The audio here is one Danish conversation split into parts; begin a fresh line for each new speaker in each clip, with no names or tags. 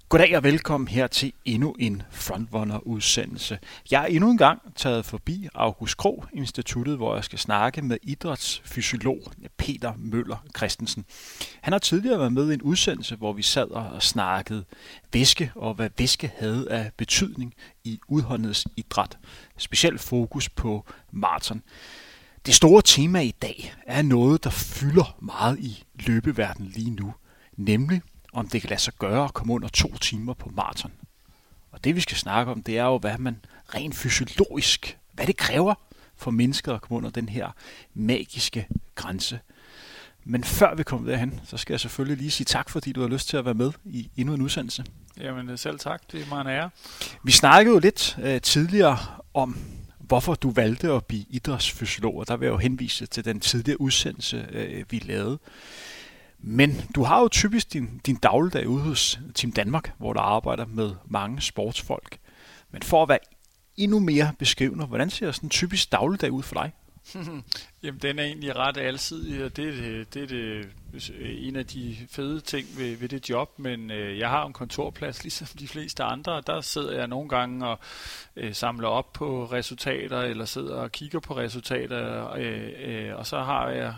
Goddag og velkommen her til endnu en Frontrunner-udsendelse. Jeg er endnu en gang taget forbi August Krogh Instituttet, hvor jeg skal snakke med idrætsfysiolog Peter Møller Christensen. Han har tidligere været med i en udsendelse, hvor vi sad og snakkede væske og hvad væske havde af betydning i udholdenhedsidræt. Specielt fokus på maraton. Det store tema i dag er noget, der fylder meget i løbeverdenen lige nu, nemlig om det kan lade sig gøre at komme under 2 timer på maraton. Og det vi skal snakke om, det er jo, hvad man rent fysiologisk, hvad det kræver for mennesker at komme under den her magiske grænse. Men før vi kommer derhen, så skal jeg selvfølgelig lige sige tak, fordi du har lyst til at være med i endnu en udsendelse.
Jamen selv tak, det er meget en ære.
Vi snakkede jo lidt tidligere om, hvorfor du valgte at blive idrætsfysiolog, og der vil jeg jo henvise til den tidligere udsendelse, vi lavede. Men du har jo typisk din dagligdag ude hos Team Danmark, hvor du arbejder med mange sportsfolk. Men for at være endnu mere beskrivende, hvordan ser sådan en typisk dagligdag ud for dig?
Jamen den er egentlig ret alsidig, og det er en af de fede ting ved det job, men jeg har en kontorplads ligesom de fleste andre, og der sidder jeg nogle gange og samler op på resultater, eller sidder og kigger på resultater, og så har jeg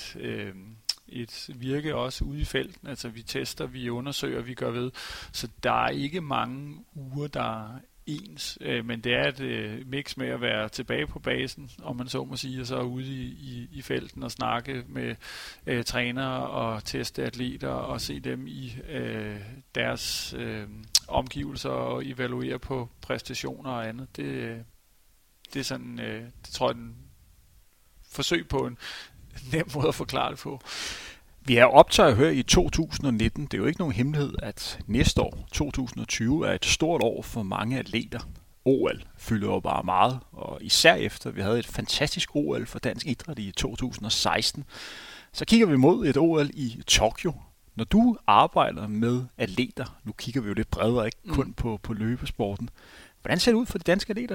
et virke også ude i felten, altså vi tester, vi undersøger, vi gør ved, så der er ikke mange uger, der er ens, men det er et mix med at være tilbage på basen, om man så må sige, og så ude i felten og snakke med trænere og teste atleter og se dem i deres omgivelser og evaluere på præstationer og andet. Det er sådan, det tror jeg, den forsøg på en nem måde at forklare det på.
Vi er optaget her i 2019. Det er jo ikke nogen hemmelighed, at næste år, 2020, er et stort år for mange atleter. OL fylder jo bare meget, og især efter vi havde et fantastisk OL for dansk idræt i 2016, så kigger vi mod et OL i Tokyo. Når du arbejder med atleter, nu kigger vi jo lidt bredere, ikke kun på løbesporten. Hvordan ser det ud for de danske atleter?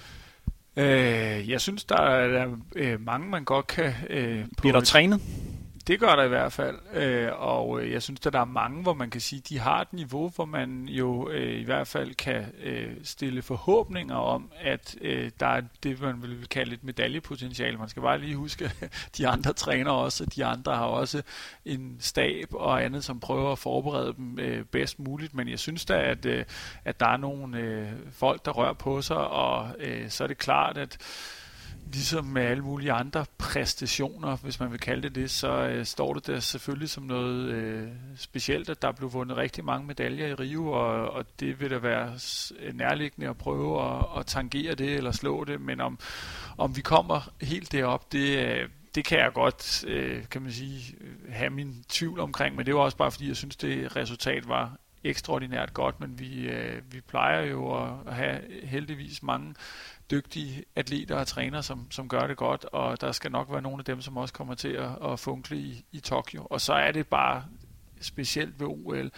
Jeg synes, der er mange, man godt kan...
Bliver der trænet?
Det gør der i hvert fald, og jeg synes, at der er mange, hvor man kan sige, at de har et niveau, hvor man jo i hvert fald kan stille forhåbninger om, at der er det, man vil kalde et medaljepotentiale. Man skal bare lige huske, at de andre træner også, de andre har også en stab og andet, som prøver at forberede dem bedst muligt, men jeg synes da, at der er nogle folk, der rører på sig, og så er det klart, at ligesom med alle mulige andre præstationer, hvis man vil kalde det, så står det der selvfølgelig som noget specielt, at der blev vundet rigtig mange medaljer i Rio, og det vil da være nærliggende at prøve at tangere det eller slå det, men om vi kommer helt derop, det kan jeg godt, kan man sige, have min tvivl omkring, men det var også bare fordi, jeg synes, det resultat var ekstraordinært godt, men vi plejer jo at have heldigvis mange dygtige atleter og trænere, som gør det godt, og der skal nok være nogle af dem, som også kommer til at funkle i Tokyo. Og så er det bare specielt ved OL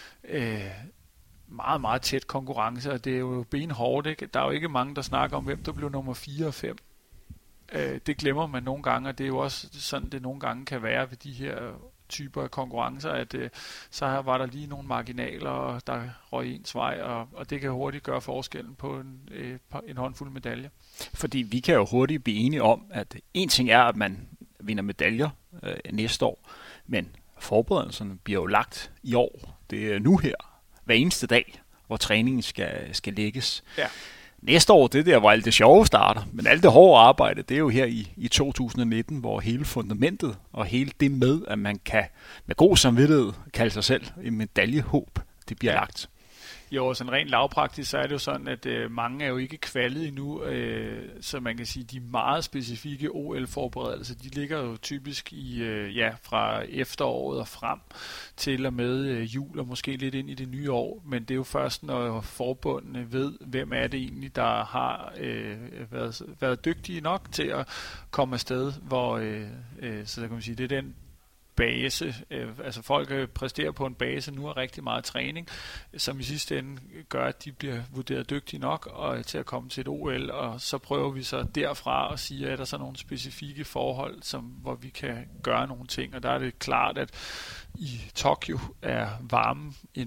meget, meget tæt konkurrence, og det er jo benhårdt, ikke? Der er jo ikke mange, der snakker om, hvem der blev nummer 4 og 5. Det glemmer man nogle gange, og det er jo også sådan, det nogle gange kan være ved de her typer af konkurrencer, at så her var der lige nogle marginaler, der røg ens vej, og det kan hurtigt gøre forskellen på en håndfuld medaljer.
Fordi vi kan jo hurtigt blive enige om, at en ting er, at man vinder medaljer næste år, men forberedelserne bliver jo lagt i år. Det er nu her, hver eneste dag, hvor træningen skal lægges.
Ja.
Næste år, det er der, hvor alt det sjove starter, men alt det hårde arbejde, det er jo her i 2019, hvor hele fundamentet og hele det med, at man kan med god samvittighed kalde sig selv en medaljehåb, det bliver lagt.
Jo, sådan rent lavpraktisk, så er det jo sådan, at mange er jo ikke kvalet endnu, så man kan sige, de meget specifikke OL-forberedelser, de ligger jo typisk i, fra efteråret og frem til og med jul og måske lidt ind i det nye år, men det er jo først, når forbundene ved, hvem er det egentlig, der har været dygtige nok til at komme afsted, hvor, så kan man sige, det er den base, altså folk præsterer på en base nu er rigtig meget træning, som i sidste ende gør, at de bliver vurderet dygtige nok og til at komme til et OL, og så prøver vi så derfra at sige, at der er så nogle specifikke forhold, hvor vi kan gøre nogle ting, og der er det klart, at i Tokyo er varmen en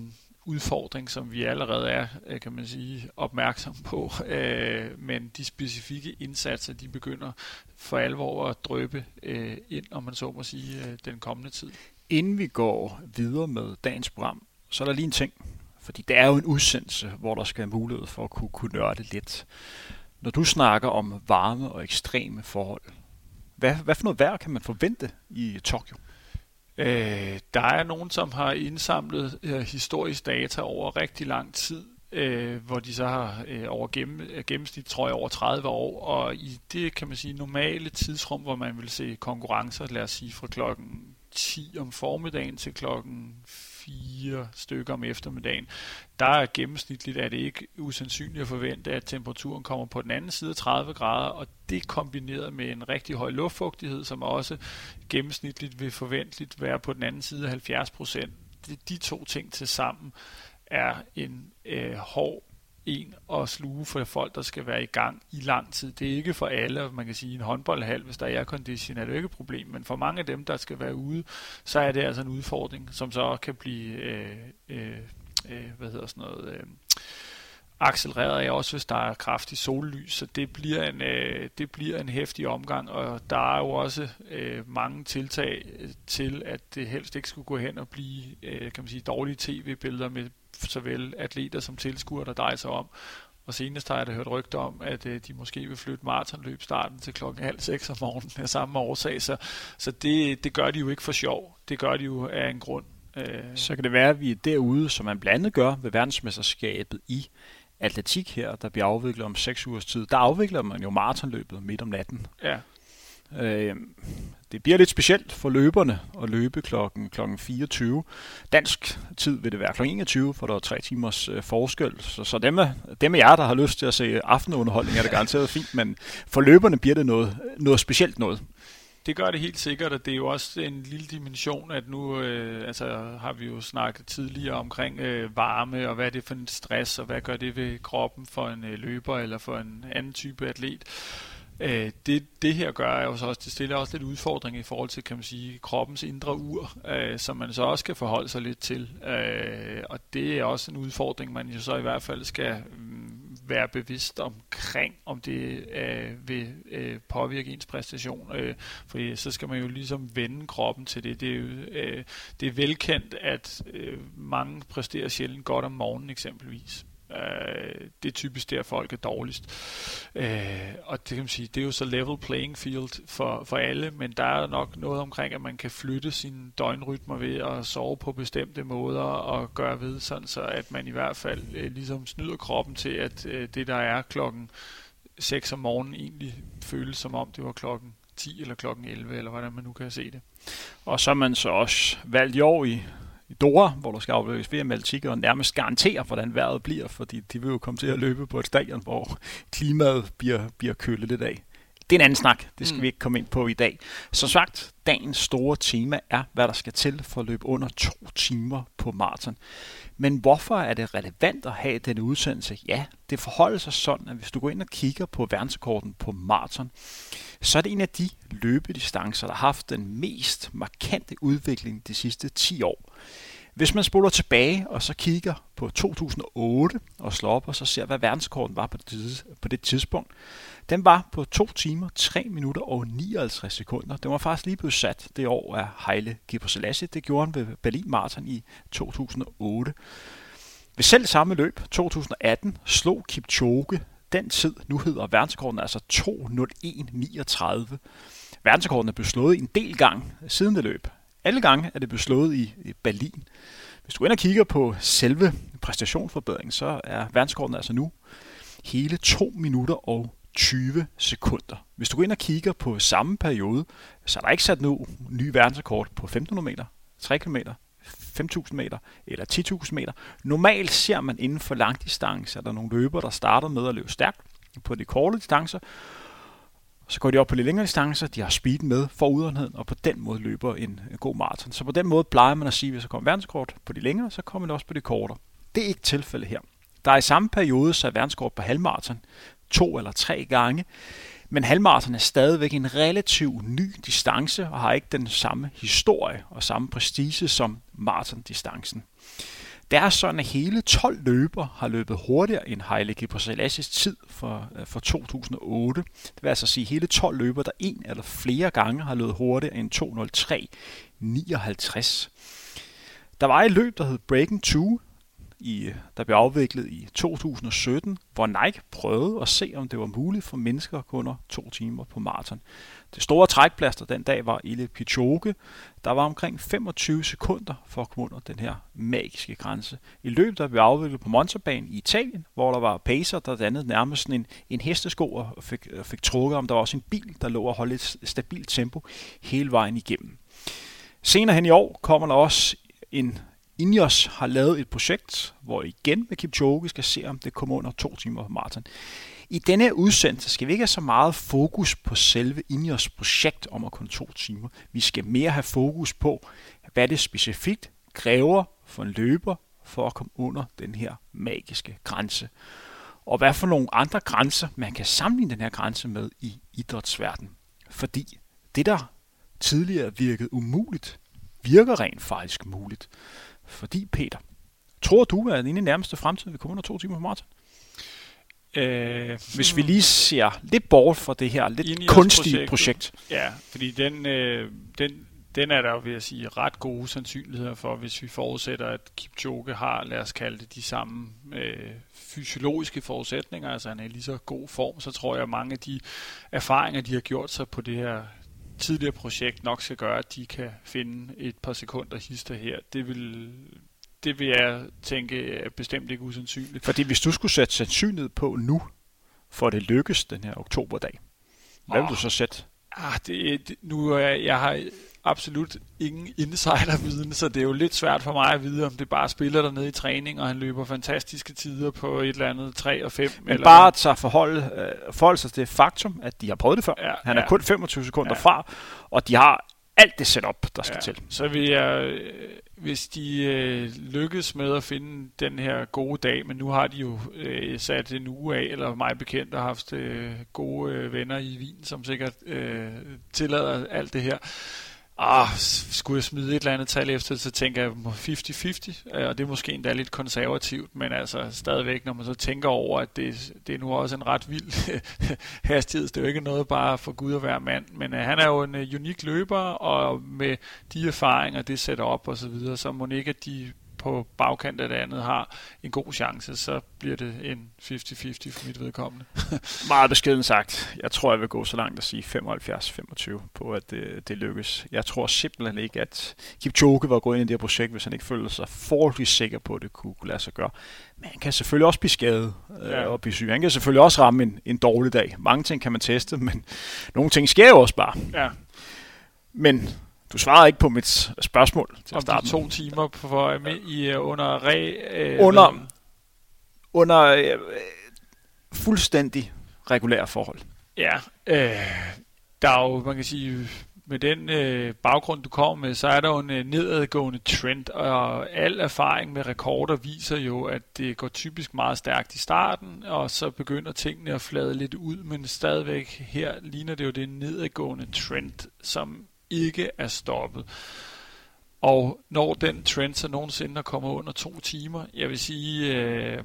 udfordring, som vi allerede er, kan man sige, opmærksom på. Men de specifikke indsatser, de begynder for alvor at dryppe ind, om man så må sige, den kommende tid.
Inden vi går videre med dagens program, så er der lige en ting. Fordi det er jo en udsendelse, hvor der skal have mulighed for at kunne nørde lidt. Når du snakker om varme og ekstreme forhold, hvad for noget vejr kan man forvente i Tokyo?
Der er nogen, som har indsamlet historisk data over rigtig lang tid, hvor de så har over gennemsnit, tror jeg, over 30 år, og i det, kan man sige, normale tidsrum, hvor man vil se konkurrencer, lad os sige fra klokken 10 om formiddagen til klokken 4 stykker om eftermiddagen, der er gennemsnitligt, er det ikke usandsynligt at forvente, at temperaturen kommer på den anden side af 30 grader, og det kombineret med en rigtig høj luftfugtighed, som også gennemsnitligt vil forventeligt være på den anden side af 70%. De to ting til sammen er en hård en at sluge for folk, der skal være i gang i lang tid. Det er ikke for alle, man kan sige, en håndboldhal, hvis der er aircondition, er det ikke et problem, men for mange af dem, der skal være ude, så er det altså en udfordring, som så kan blive accelereret af, også hvis der er kraftig sollys, så det bliver en heftig omgang, og der er jo også mange tiltag til, at det helst ikke skulle gå hen og blive, kan man sige, dårlige tv-billeder med såvel atleter som tilskuere, der drejer sig om. Og senest har jeg da hørt rygter om, at de måske vil flytte maratonløbstarten til 5:30 om morgenen af samme årsag, så det gør de jo ikke for sjov. Det gør de jo af en grund.
Så kan det være, at vi er derude, som man blandt andet gør ved verdensmesterskabet i atletik her, der bliver afviklet om 6 ugers tid. Der afvikler man jo maratonløbet midt om natten.
Ja.
Det bliver lidt specielt for løberne at løbe klokken 24. Dansk tid vil det være klokken 21, for der er 3 timers forskel. Så dem af jer, der har lyst til at se aftenunderholdning, er det garanteret fint, men for løberne bliver det noget specielt noget.
Det gør det helt sikkert, og det er jo også en lille dimension, at nu har vi jo snakket tidligere omkring varme, og hvad er det for en stress, og hvad gør det ved kroppen for en løber eller for en anden type atlet. Det her gør jo så også, det stiller også lidt udfordring i forhold til, kan man sige, kroppens indre ur, som man så også skal forholde sig lidt til, og det er også en udfordring, man jo så i hvert fald skal være bevidst omkring, om det vil påvirke ens præstation, for så skal man jo ligesom vende kroppen til det. Det er velkendt, at mange præsterer sjældent godt om morgenen eksempelvis. Det er typisk der folk er dårligst, og det kan man sige, det er jo så level playing field for alle, men der er nok noget omkring, at man kan flytte sine døgnrytmer ved at sove på bestemte måder og gøre ved sådan, så at man i hvert fald ligesom snyder kroppen til, at det der er klokken 6 om morgenen egentlig føles som om det var klokken 10 eller klokken 11, eller hvordan man nu kan se det.
Og så er man så også valgt i år i Doha, hvor der skal afløses VM atletik, og nærmest garantere, hvordan vejret bliver, fordi de vil jo komme til at løbe på et stadion, hvor klimaet bliver kølet lidt af. Det er en anden snak, det skal vi ikke komme ind på i dag. Som sagt, dagens store tema er, hvad der skal til for at løbe under 2 timer på maraton. Men hvorfor er det relevant at have denne udsendelse? Ja, det forholder sig sådan, at hvis du går ind og kigger på verdensrekorden på maraton, så er det en af de løbedistancer, der har haft den mest markante udvikling de sidste 10 år. Hvis man spoler tilbage og så kigger på 2008 og slår op og så ser, hvad verdensrekorden var på det tidspunkt, den var på 2 timer, 3 minutter og 59 sekunder. Den var faktisk lige blevet sat det år af Haile Gebrselassie. Det gjorde han ved Berlin Marathon i 2008. Ved selv samme løb, 2018, slog Kipchoge den tid. Nu hedder verdensrekorden altså 2:01:39. Verdensrekorden er blevet slået en del gange siden det løb. Alle gange er det blevet slået i Berlin. Hvis du går ind og kigger på selve præstationsforbedringen, så er verdensrekorden altså nu hele 2 minutter og 20 sekunder. Hvis du går ind og kigger på samme periode, så er der ikke sat nu ny verdensrekord på 1.500 meter, 3 km, 5.000 meter eller 10.000 meter. Normalt ser man inden for langdistance, at der er nogle løbere, der starter med at løbe stærkt på de korte distancer. Så går de op på lidt længere distancer, de har speeden med for udholdenheden, og på den måde løber en god maraton. Så på den måde plejer man at sige, at hvis der kommer verdensrekord på de længere, så kommer det også på de kortere. Det er ikke tilfældet her. Der er i samme periode så er verdensrekord på halvmaraton 2 eller 3 gange, men halvmaraton er stadigvæk en relativt ny distance og har ikke den samme historie og samme prestige som maratondistancen. Det er sådan, at hele 12 løbere har løbet hurtigere end Haile Gebrselassie tid for 2008. Det vil altså sige, at hele 12 løbere, der en eller flere gange har løbet hurtigere end 2:03:59. Der var et løb, der hed Breaking 2, der blev afviklet i 2017, hvor Nike prøvede at se, om det var muligt for mennesker at gå under 2 timer på maraton. Det store trækplaster den dag var Eliud Kipchoge. Der var omkring 25 sekunder for at komme under den her magiske grænse. I løbet, der blev afviklet på Monzabanen i Italien, hvor der var pacer, der dannede nærmest sådan en hestesko og fik trukket, om der var også en bil, der lå og holdt et stabilt tempo hele vejen igennem. Senere hen i år kommer der også Ineos har lavet et projekt, hvor igen med Kipchoge skal se, om det kommer under 2 timer på maraton. I denne udsendelse skal vi ikke have så meget fokus på selve Ineos projekt om at kun 2 timer. Vi skal mere have fokus på, hvad det specifikt kræver for en løber for at komme under den her magiske grænse. Og hvad for nogle andre grænser, man kan sammenligne den her grænse med i idrætsverdenen. Fordi det, der tidligere virkede umuligt, virker rent faktisk muligt. Fordi, Peter, tror du, at inden i nærmeste fremtid vil komme under 2 timer på maraton? Hvis vi lige ser lidt bort fra det her lidt kunstige projekt.
Ja, fordi den er der, vil jeg sige, ret gode sandsynligheder for, hvis vi forudsætter, at Kipchoge har, lad os kalde det, de samme fysiologiske forudsætninger, altså han er i lige så god form, så tror jeg, at mange af de erfaringer, de har gjort sig på det her tidligere projekt, nok skal gøre, at de kan finde et par sekunder hister her. Det vil jeg tænke er bestemt ikke usandsynligt.
Fordi hvis du skulle sætte sandsynlighed på nu, for det lykkes den her oktoberdag, hvad vil du så sætte?
Jeg har absolut ingen insiderviden, så det er jo lidt svært for mig at vide, om det bare spiller dernede i træning, og han løber fantastiske tider på et eller andet 3 og 5.
Men eller bare tager forhold sig til det faktum, at de har prøvet det før. Ja, han er kun 25 sekunder fra, og de har alt det setup, der skal til.
Så vil jeg, hvis de lykkes med at finde den her gode dag, men nu har de jo sat en uge af, eller mig bekendt, og haft gode venner i Wien, som sikkert tillader alt det her. Skulle jeg smide et eller andet tal efter, så tænker jeg 50-50, og det er måske endda lidt konservativt, men altså stadigvæk, når man så tænker over, at det er nu også en ret vild hastighed. Det er jo ikke noget bare for Gud at være mand, men han er jo en unik løber, og med de erfaringer, det sætter op og så videre, så må ikke, at de på bagkant af det andet har en god chance, så bliver det en 50-50 for mit vedkommende.
Meget beskeden sagt. Jeg tror, jeg vil gå så langt at sige 75-25 på, at det lykkes. Jeg tror simpelthen ikke, at Kipchoge var gået ind i det her projekt, hvis han ikke følte sig forholdsvis sikker på, at det kunne lade sig gøre. Men han kan selvfølgelig også blive skadet og blive syg. Han kan selvfølgelig også ramme en dårlig dag. Mange ting kan man teste, men nogle ting sker jo også bare. Ja. Men du svarede ikke på mit spørgsmål til at starte.
Om de 2 timer
under fuldstændig regulære forhold.
Ja, der er jo, man kan sige, med den baggrund, du kommer med, så er der jo en nedadgående trend, og al erfaring med rekorder viser jo, at det går typisk meget stærkt i starten, og så begynder tingene at flade lidt ud, men stadigvæk her ligner det jo det nedadgående trend, som ikke er stoppet. Og når den trend så nogensinde kommer under 2 timer, jeg vil sige,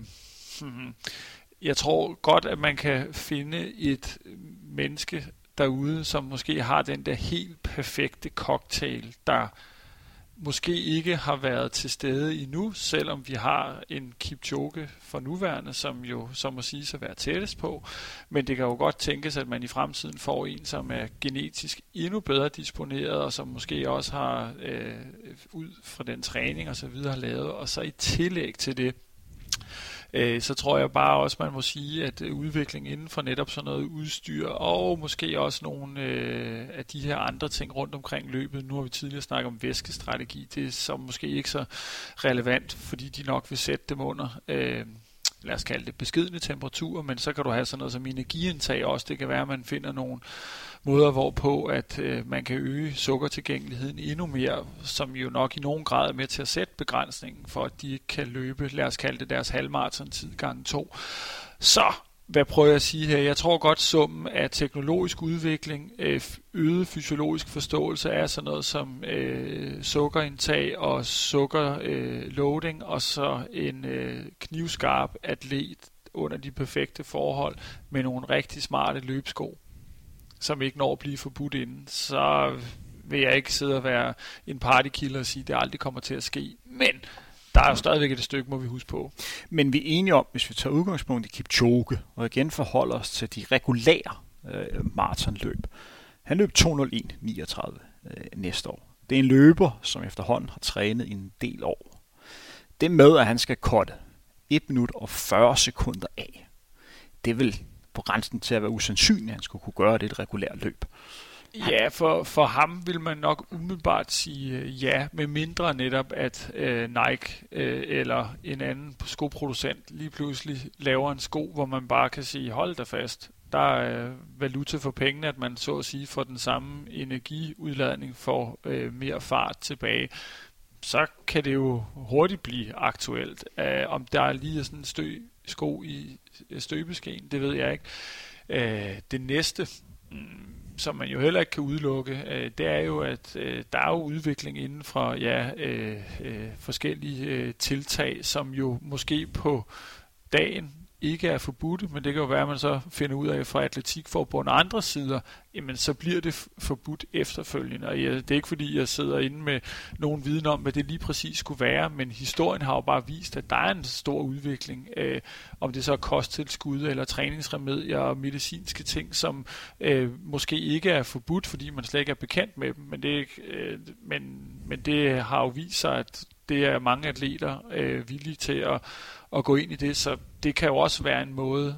jeg tror godt, at man kan finde et menneske derude, som måske har den der helt perfekte cocktail, der måske ikke har været til stede endnu, selvom vi har en Kipchoge for nuværende, som jo, som må sige, at være tættest på. Men det kan jo godt tænkes, at man i fremtiden får en, som er genetisk endnu bedre disponeret, og som måske også har ud fra den træning og så videre har lavet, og så i tillæg til det, så tror jeg bare også, man må sige, at udvikling inden for netop sådan noget udstyr, og måske også nogle af de her andre ting rundt omkring løbet. Nu har vi tidligere snakket om væskestrategi. Det er så måske ikke så relevant, fordi de nok vil sætte dem under, lad os kalde det beskedne temperaturer, men så kan du have sådan noget som energiindtag også. Det kan være, at man finder nogle måder, hvorpå at man kan øge sukkertilgængeligheden endnu mere, som jo nok i nogen grad er med til at sætte begrænsningen for, at de ikke kan løbe, lad os kalde det deres halvmarathon-tid gange 2. Så hvad prøver jeg at sige her? Jeg tror godt, summen af teknologisk udvikling, øget fysiologisk forståelse er sådan noget som sukkerindtag og sukkerloading, og så en knivskarp atlet under de perfekte forhold med nogle rigtig smarte løbesko, som ikke når at blive forbudt inden. Så vil jeg ikke sidde og være en partykiller og sige, at det aldrig kommer til at ske. Men der er jo stadigvæk et stykke, må vi huske på.
Men vi er enige om, hvis vi tager udgangspunkt i Kipchoge, og igen forholder os til de regulære maratonløb. Han løb 2:01:39 næste år. Det er en løber, som efterhånden har trænet i en del år. Det med, at han skal cutte 1 minut og 40 sekunder af, det er vel på grænsen til at være usandsynligt, at han skulle kunne gøre det et regulært løb.
Ja, for ham vil man nok umiddelbart sige ja, med mindre netop, at Nike eller en anden skoproducent lige pludselig laver en sko, hvor man bare kan sige, hold da fast. Der er valuta for pengene, at man så at sige får den samme energiudladning for mere fart tilbage. Så kan det jo hurtigt blive aktuelt. Om der lige er sådan en sko i støbeskeen, det ved jeg ikke. Det næste, som man jo heller ikke kan udelukke, det er jo, at der er jo udvikling inden for forskellige tiltag, som jo måske på dagen ikke er forbudte, men det kan jo være, at man så finder ud af fra Atletikforbund og andre sider, jamen så bliver det forbudt efterfølgende. Og det er ikke fordi, jeg sidder inde med nogen viden om, hvad det lige præcis skulle være, men historien har jo bare vist, at der er en stor udvikling, om det så er kosttilskud eller træningsremedier og medicinske ting, som måske ikke er forbudt, fordi man slet ikke er bekendt med dem, men det har jo vist sig, at det er mange atleter villige til at gå ind i det, så det kan jo også være en måde,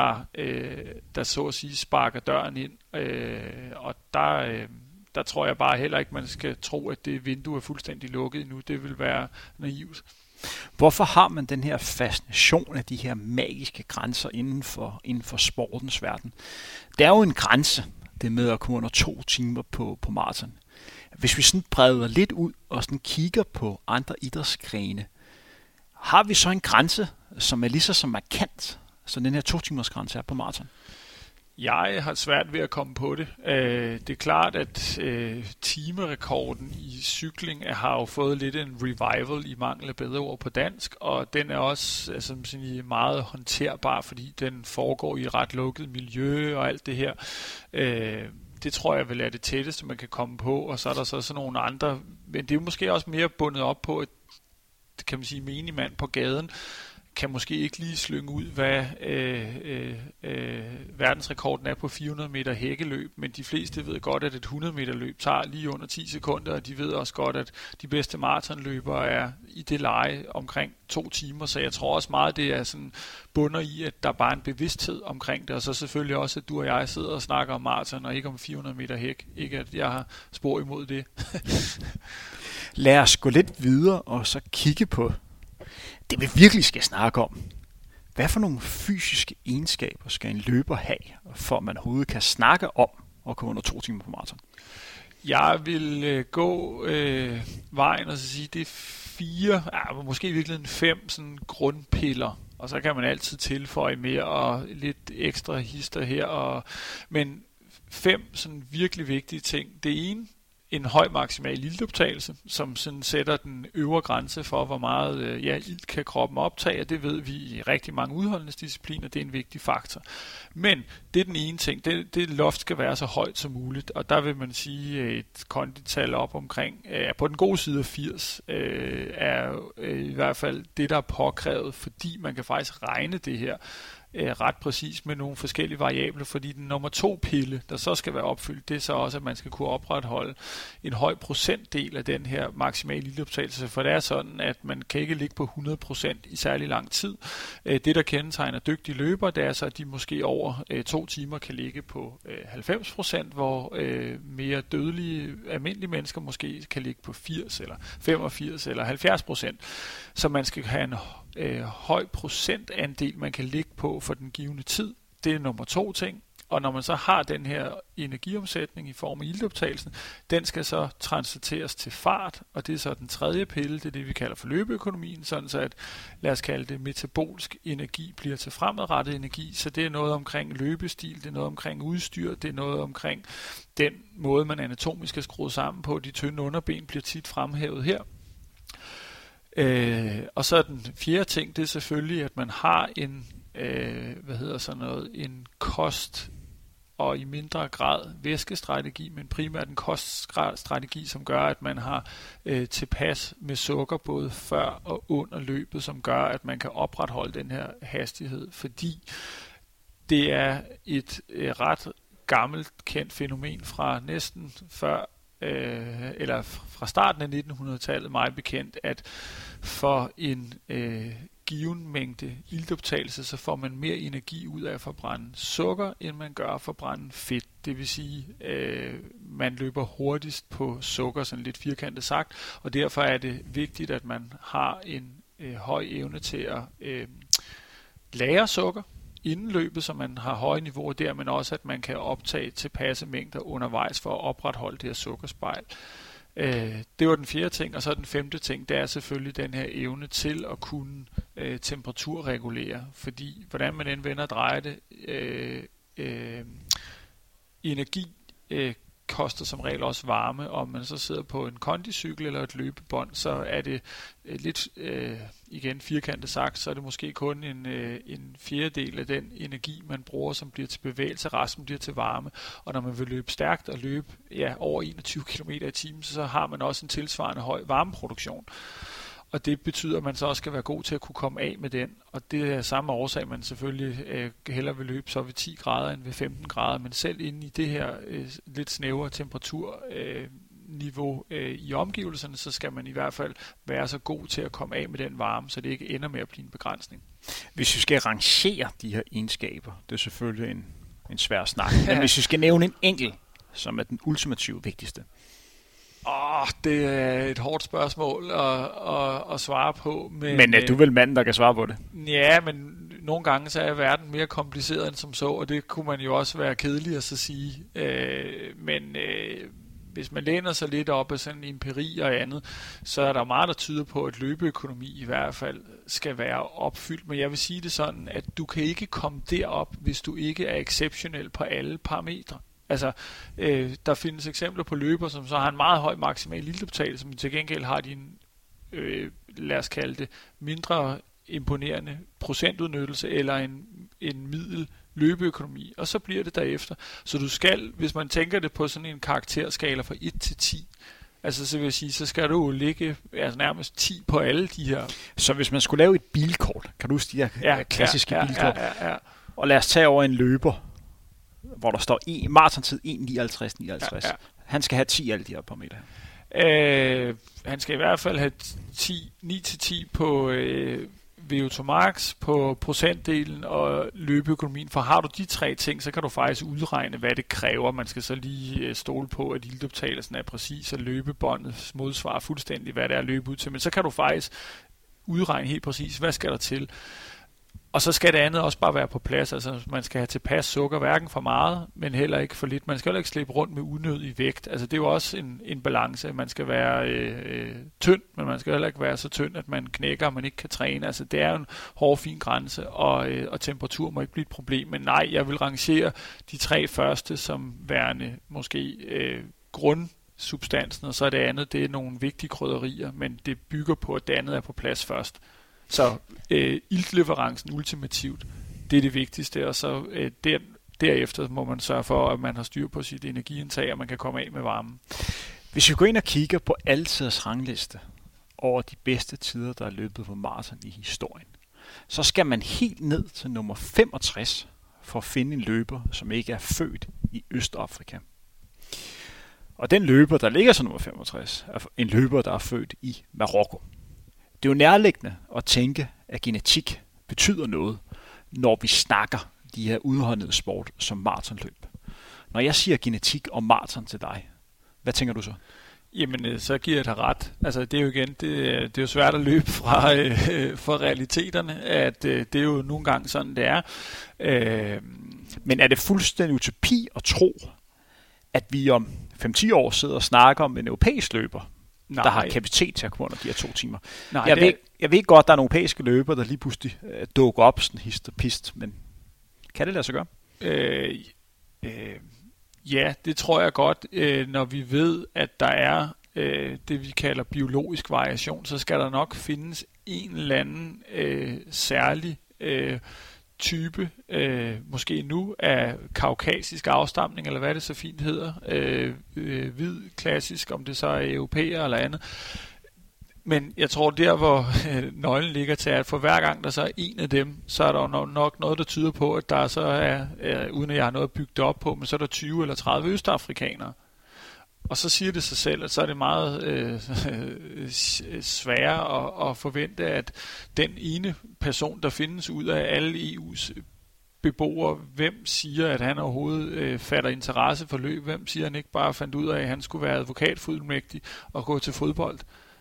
der så at sige sparker døren ind, og der tror jeg bare heller ikke, man skal tro, at det vindue er fuldstændig lukket endnu. Det vil være naivt.
Hvorfor har man den her fascination af de her magiske grænser inden for sportens verden? Det er jo en grænse, det med at komme under 2 timer på maraton. Hvis vi sådan breder lidt ud og sådan kigger på andre idrætsgrene, har vi så en grænse, som er lige så markant, som den her 2 timers grænse er på maraton?
Jeg har svært ved at komme på det. Det er klart, at timerekorden i cykling har jo fået lidt en revival i mangel af bedre ord på dansk, og den er også meget håndterbar, fordi den foregår i ret lukket miljø og alt det her. Det tror jeg vel er det tætteste, man kan komme på, og så er der så sådan nogle andre, men det er jo måske også mere bundet op på, at kan man sige, menigmand på gaden kan måske ikke lige slynge ud, hvad verdensrekorden er på 400 meter hækkeløb, men de fleste ved godt, at et 100 meter løb tager lige under 10 sekunder, og de ved også godt, at de bedste maratonløbere er i det leje omkring 2 timer, så jeg tror også meget, det er sådan bunder i, at der bare er en bevidsthed omkring det, og så selvfølgelig også, at du og jeg sidder og snakker om maraton, og ikke om 400 meter hæk. Ikke at jeg har spor imod det.
Lad os gå lidt videre og så kigge på det, vi virkelig skal snakke om. Hvad for nogle fysiske egenskaber skal en løber have, for at man overhovedet kan snakke om at komme under 2 timer på maraton?
Jeg vil gå vejen og så sige, det er 4, måske i virkeligheden 5 sådan grundpiller, og så kan man altid tilføje mere og lidt ekstra hister her. Men 5 sådan virkelig vigtige ting. Det ene, en høj maksimal iltoptagelse, som sådan sætter den øvre grænse for, hvor meget ilt kan kroppen optage, og det ved vi i rigtig mange udholdenhedsdiscipliner, det er en vigtig faktor. Men det er den ene ting, det loft skal være så højt som muligt, og der vil man sige et kondital op omkring, på den gode side af 80, er i hvert fald det, der er påkrævet, fordi man kan faktisk regne det her ret præcis med nogle forskellige variabler, fordi den nummer 2 pille, der så skal være opfyldt, det er så også, at man skal kunne opretholde en høj procentdel af den her maksimale iltoptagelse, for det er sådan, at man kan ikke ligge på 100% i særlig lang tid. Det, der kendetegner dygtige løbere, det er så, at de måske over 2 timer kan ligge på 90%, hvor mere dødelige, almindelige mennesker måske kan ligge på 80 eller 85 eller 70%. Så man skal have en høj procentandel, man kan ligge på for den givne tid. Det er nummer 2 ting. Og når man så har den her energiomsætning i form af iltoptagelsen, den skal så transiteres til fart, og det er så den tredje pille, det er det, vi kalder for løbeøkonomien, sådan så at, lad os kalde det, metabolsk energi bliver til fremadrettet energi, så det er noget omkring løbestil, det er noget omkring udstyr, det er noget omkring den måde, man anatomisk er skruet sammen på, de tynde underben bliver tit fremhævet her. Og så den fjerde ting, det er selvfølgelig, at man har en en kost og i mindre grad væskestrategi, men primært en koststrategi, som gør, at man har tilpas med sukker både før og under løbet, som gør, at man kan opretholde den her hastighed, fordi det er et ret gammelt kendt fænomen fra næsten før eller fra starten af 1900-tallet, meget bekendt, at for en given mængde iltoptagelse, så får man mere energi ud af at forbrænde sukker, end man gør at forbrænde fedt. Det vil sige, man løber hurtigst på sukker, sådan lidt firkantet sagt, og derfor er det vigtigt, at man har en høj evne til at lagre sukker inden løbet, så man har høje niveauer der, men også at man kan optage tilpasse mængder undervejs for at opretholde det her sukkerspejl. Det var den fjerde ting, og så den femte ting, det er selvfølgelig den her evne til at kunne temperaturregulere, fordi hvordan man end vender og drejer det, energi koster som regel også varme, og om man så sidder på en kondicykel eller et løbebånd, så er det lidt, igen firkantet sagt, så er det måske kun en fjerdedel af den energi, man bruger, som bliver til bevægelse, resten bliver til varme, og når man vil løbe stærkt og løbe over 21 km i timen, så har man også en tilsvarende høj varmeproduktion. Og det betyder, at man så også skal være god til at kunne komme af med den. Og det er samme årsag, man selvfølgelig hellere vil løbe så ved 10 grader end ved 15 grader. Men selv inde i det her lidt snævre temperaturniveau i omgivelserne, så skal man i hvert fald være så god til at komme af med den varme, så det ikke ender med at blive en begrænsning.
Hvis vi skal rangere de her egenskaber, det er selvfølgelig en svær snak. Men hvis vi skal nævne en enkelt, som er den ultimative vigtigste.
Det er et hårdt spørgsmål at svare på.
Men er du vel manden, der kan svare på det?
Ja, men nogle gange så er verden mere kompliceret end som så, og det kunne man jo også være kedelig at så sige. Men hvis man læner sig lidt op af sådan empiri og andet, så er der meget, der tyder på, at løbeøkonomi i hvert fald skal være opfyldt. Men jeg vil sige det sådan, at du kan ikke komme derop, hvis du ikke er exceptionel på alle parametre. Altså, der findes eksempler på løber, som så har en meget høj maksimal iltoptagelse, som til gengæld har de en, lad os kalde det, mindre imponerende procentudnyttelse eller en middel løbeøkonomi, og så bliver det derefter. Så du skal, hvis man tænker det på sådan en karakterskala fra 1 til 10, altså så vil jeg sige, så skal du jo ligge nærmest 10 på alle de her.
Så hvis man skulle lave et bilkort, kan du huske de her klassiske bilkort, og lad os tage over en løber, hvor der står marathon-tid 1:59. Ja. Han skal have 10 alle de her parametre.
Han skal i hvert fald have 9-10 på VO2 max, på procentdelen og løbeøkonomien. For har du de tre ting, så kan du faktisk udregne, hvad det kræver. Man skal så lige stole på, at iltoptagelsen er præcis, og løbebåndet modsvarer fuldstændig, hvad det er at løbe ud til. Men så kan du faktisk udregne helt præcis, hvad skal der til. Og så skal det andet også bare være på plads. Altså man skal have tilpas sukker, hverken for meget, men heller ikke for lidt. Man skal heller ikke slippe rundt med unødig vægt. Altså det er jo også en balance. Man skal være tynd, men man skal heller ikke være så tynd, at man knækker, og man ikke kan træne. Altså det er jo en hårfin grænse, og temperatur må ikke blive et problem. Men nej, jeg vil rangere de 3 første som værende måske grundsubstansen, og så det andet, det er nogle vigtige krydderier, men det bygger på, at det andet er på plads først. Så iltleverancen ultimativt, det er det vigtigste, og så derefter må man sørge for, at man har styr på sit energiindtag, og man kan komme af med varmen.
Hvis vi går ind og kigger på altiders rangliste over de bedste tider, der er løbet på maraton i historien, så skal man helt ned til nummer 65 for at finde en løber, som ikke er født i Østafrika. Og den løber, der ligger som nummer 65, er en løber, der er født i Marokko. Det er jo nærliggende at tænke, at genetik betyder noget, når vi snakker de her udholdede sport som maratonløb. Når jeg siger genetik og maraton til dig, hvad tænker du så?
Jamen, så giver jeg dig ret. Altså, det er jo igen, det er jo svært at løbe fra realiteterne, at det er jo nogle gange sådan, det er.
Men er det fuldstændig utopi at tro, at vi om 5-10 år sidder og snakker om en europæisk løber, der har kapacitet til at komme under de her 2 timer? Nej, jeg ved godt, at der er nogle europæiske løber, der lige pludselig dukker op sådan hist og pist, men kan det lade sig gøre?
Ja, det tror jeg godt. Når vi ved, at der er det, vi kalder biologisk variation, så skal der nok findes en eller anden særlig type, måske nu af kaukasisk afstamning, eller hvad det så fint hedder, hvid, klassisk, om det så er europæer eller andet. Men jeg tror, der hvor nøglen ligger til, at for hver gang der så er en af dem, så er der nok noget, der tyder på, at der så er uden at jeg har noget bygget op på, men så er der 20 eller 30 østafrikanere. Og så siger det sig selv, at så er det meget sværere at forvente, at den ene person, der findes ud af alle EU's beboere, hvem siger, at han overhovedet fatter interesse for løb? Hvem siger, at han ikke bare fandt ud af, at han skulle være advokatfuldmægtig og gå til fodbold?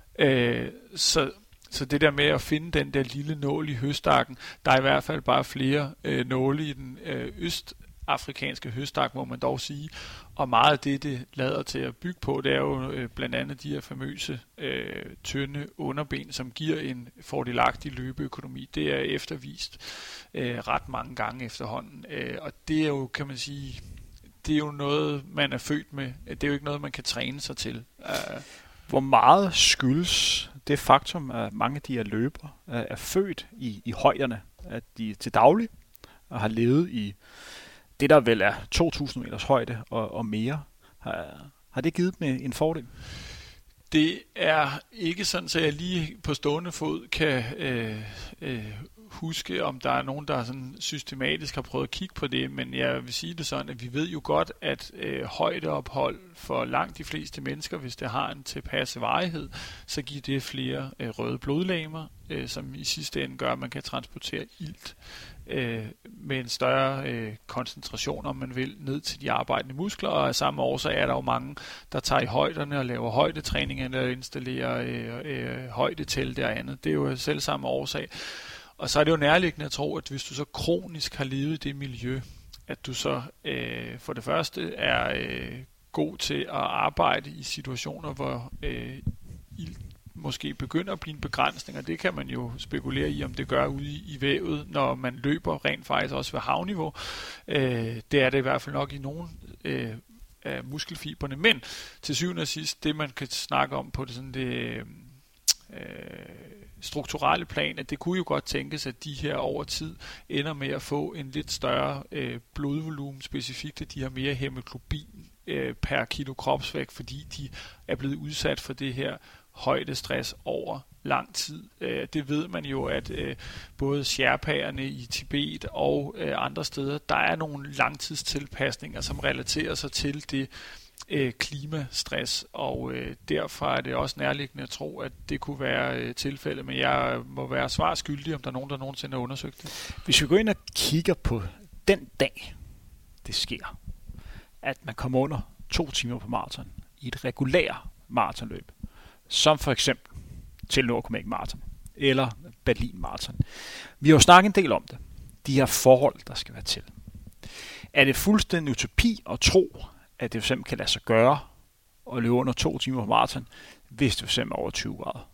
Så det der med at finde den der lille nål i høstakken, der er i hvert fald bare flere nåle i den østafrikanske høstak, må man dog sige. Og meget af det lader til at bygge på, det er jo blandt andet de her famøse tynde underben, som giver en fordelagtig løbeøkonomi. Det er eftervist ret mange gange efterhånden. Og det er jo, kan man sige, det er jo noget, man er født med. Det er jo ikke noget, man kan træne sig til.
Hvor meget skyldes det faktum, at mange af de her løbere er født i højderne, at de til daglig og har levet i det, der vel er 2.000 meters højde og mere? Har det givet dem en fordel?
Det er ikke sådan, så jeg lige på stående fod kan huske, om der er nogen, der sådan systematisk har prøvet at kigge på det, men jeg vil sige det sådan, at vi ved jo godt, at højdeophold for langt de fleste mennesker, hvis det har en tilpasse varighed, så giver det flere røde blodlegemer, som i sidste ende gør, at man kan transportere ilt med en større koncentration, om man vil, ned til de arbejdende muskler, og af samme årsag er der jo mange, der tager i højderne og laver højdetræning eller installerer højdetelte og andet. Det er jo selv samme årsag. Og så er det jo nærliggende at tro, at hvis du så kronisk har levet i det miljø, at du så for det første er god til at arbejde i situationer, hvor ilt måske begynder at blive en begrænsning, og det kan man jo spekulere i, om det gør ude i vævet, når man løber rent faktisk også ved havniveau. Det er det i hvert fald nok i nogle af muskelfiberne, men til syvende og sidst, det man kan snakke om på det sådan det strukturelle plan, at det kunne jo godt tænkes, at de her over tid ender med at få en lidt større blodvolumen, specifikt at de har mere hemoglobin per kilo kropsvægt, fordi de er blevet udsat for det her højdestress over lang tid. Det ved man jo, at både sherpaerne i Tibet og andre steder, der er nogle langtidstilpasninger, som relaterer sig til det klimastress, og derfor er det også nærliggende at tro, at det kunne være tilfældet, men jeg må være svarskyldig, om der er nogen, der nogensinde har undersøgt det.
Hvis vi går ind og kigger på den dag, det sker, at man kommer under 2 timer på maraton i et regulært maratonløb, som for eksempel til Nordkomek Marathon eller Berlin Marathon. Vi har jo snakket en del om det. De her forhold, der skal være til. Er det fuldstændig utopi at tro, at det for eksempel kan lade sig gøre at løbe under 2 timer på maraton, hvis det for eksempel er over 20 grader?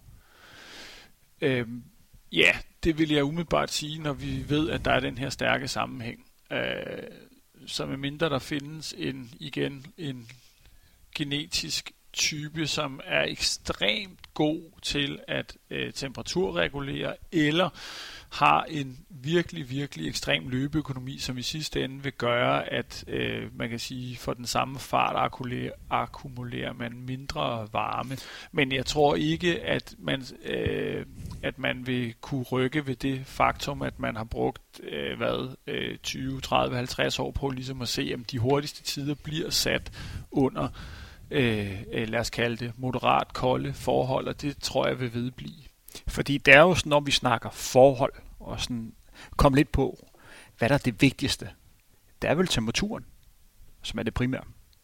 Ja, det vil jeg umiddelbart sige, når vi ved, at der er den her stærke sammenhæng. Så medmindre der findes en genetisk type, som er ekstremt god til at temperaturregulere, eller har en virkelig, virkelig ekstrem løbeøkonomi, som i sidste ende vil gøre, at man kan sige, for den samme fart akkumulerer man mindre varme. Men jeg tror ikke, at man vil kunne rykke ved det faktum, at man har brugt 20, 30, 50 år på ligesom at se, om de hurtigste tider bliver sat under lad os kalde det moderat kolde forhold, og det tror jeg vil vedblive.
Fordi det er jo sådan, når vi snakker forhold, og sådan komme lidt på, hvad der er det vigtigste. Det er vel temperaturen, som er det primære.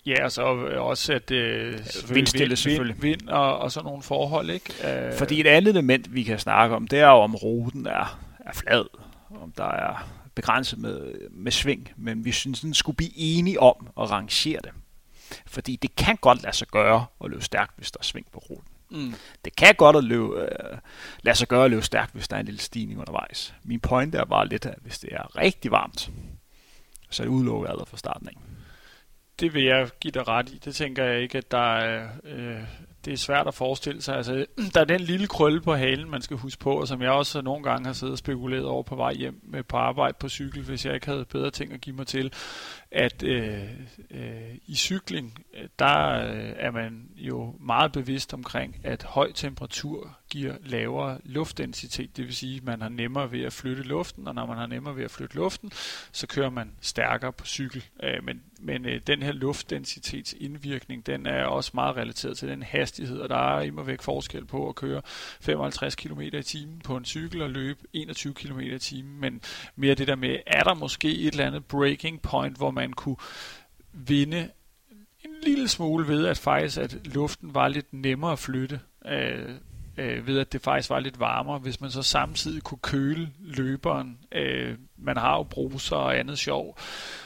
Ja, og så også at
vindstille selvfølgelig.
Vind og sådan nogle forhold, ikke?
Fordi et andet element, vi kan snakke om, det er jo, om ruten er flad, om der er begrænset med sving, men vi synes, den skulle blive enige om at rangere det. Fordi det kan godt lade sig gøre at løbe stærkt, hvis der er sving på ruten. Det kan godt lade sig gøre at løbe stærkt, hvis der er en lille stigning undervejs. Min pointe er bare lidt, at hvis det er rigtig varmt, så er det udelukket allerede fra starten af.
Det vil jeg give dig ret i. Det tænker jeg ikke, at der er... Det er svært at forestille sig. Altså, der er den lille krølle på halen, man skal huske på, og som jeg også nogle gange har siddet og spekuleret over på vej hjem på arbejde på cykel, hvis jeg ikke havde bedre ting at give mig til, at i cykling, der er man jo meget bevidst omkring, at høj temperatur giver lavere luftdensitet. Det vil sige, at man har nemmere ved at flytte luften, og når man har nemmere ved at flytte luften, så kører man stærkere på cykel. Men den her luftdensitetsindvirkning, den er også meget relateret til den hastighed, og der er immervæk forskel på at køre 55 km i timen på en cykel og løbe 21 km i timen, men mere det der med, er der måske et eller andet breaking point, hvor man kunne vinde en lille smule ved, at luften var lidt nemmere at flytte, ved at det faktisk var lidt varmere, hvis man så samtidig kunne køle løberen. Man har jo bruser og andet sjov.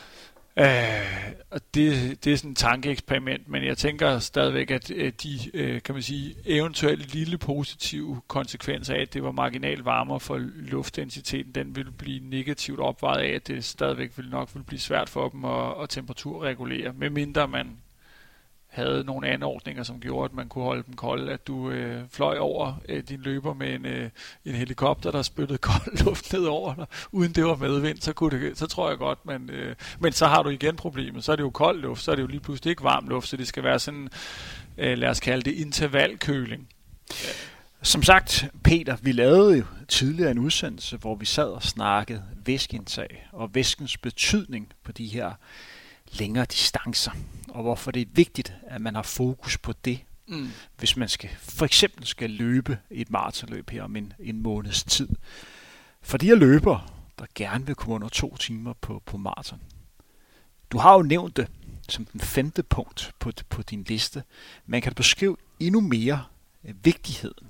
Og det er sådan et tankeeksperiment, men jeg tænker stadigvæk, at de kan man sige, eventuelt lille positive konsekvenser af, at det var marginalt varmere for luftdensiteten, den ville blive negativt opvejet af, at det stadigvæk ville blive svært for dem at temperaturregulere, medmindre man havde nogle anordninger, som gjorde, at man kunne holde dem kolde, at du fløj over din løber med en helikopter, der spyttede kold luft ned over dig, uden det var medvind, så tror jeg godt, men så har du igen problemet, så er det jo kold luft, så er det jo lige pludselig ikke varm luft, så det skal være sådan, lad os kalde det intervalkøling.
Som sagt, Peter, vi lavede jo tidligere en udsendelse, hvor vi sad og snakkede væskeindtag og væskens betydning på de her længere distancer, og hvorfor det er vigtigt, at man har fokus på det, hvis man for eksempel skal løbe et maratonløb her om en måneds tid. For de her løbere, der gerne vil komme under 2 timer på maraton. Du har jo nævnt det som den 5. punkt på din liste. Man kan beskrive endnu mere vigtigheden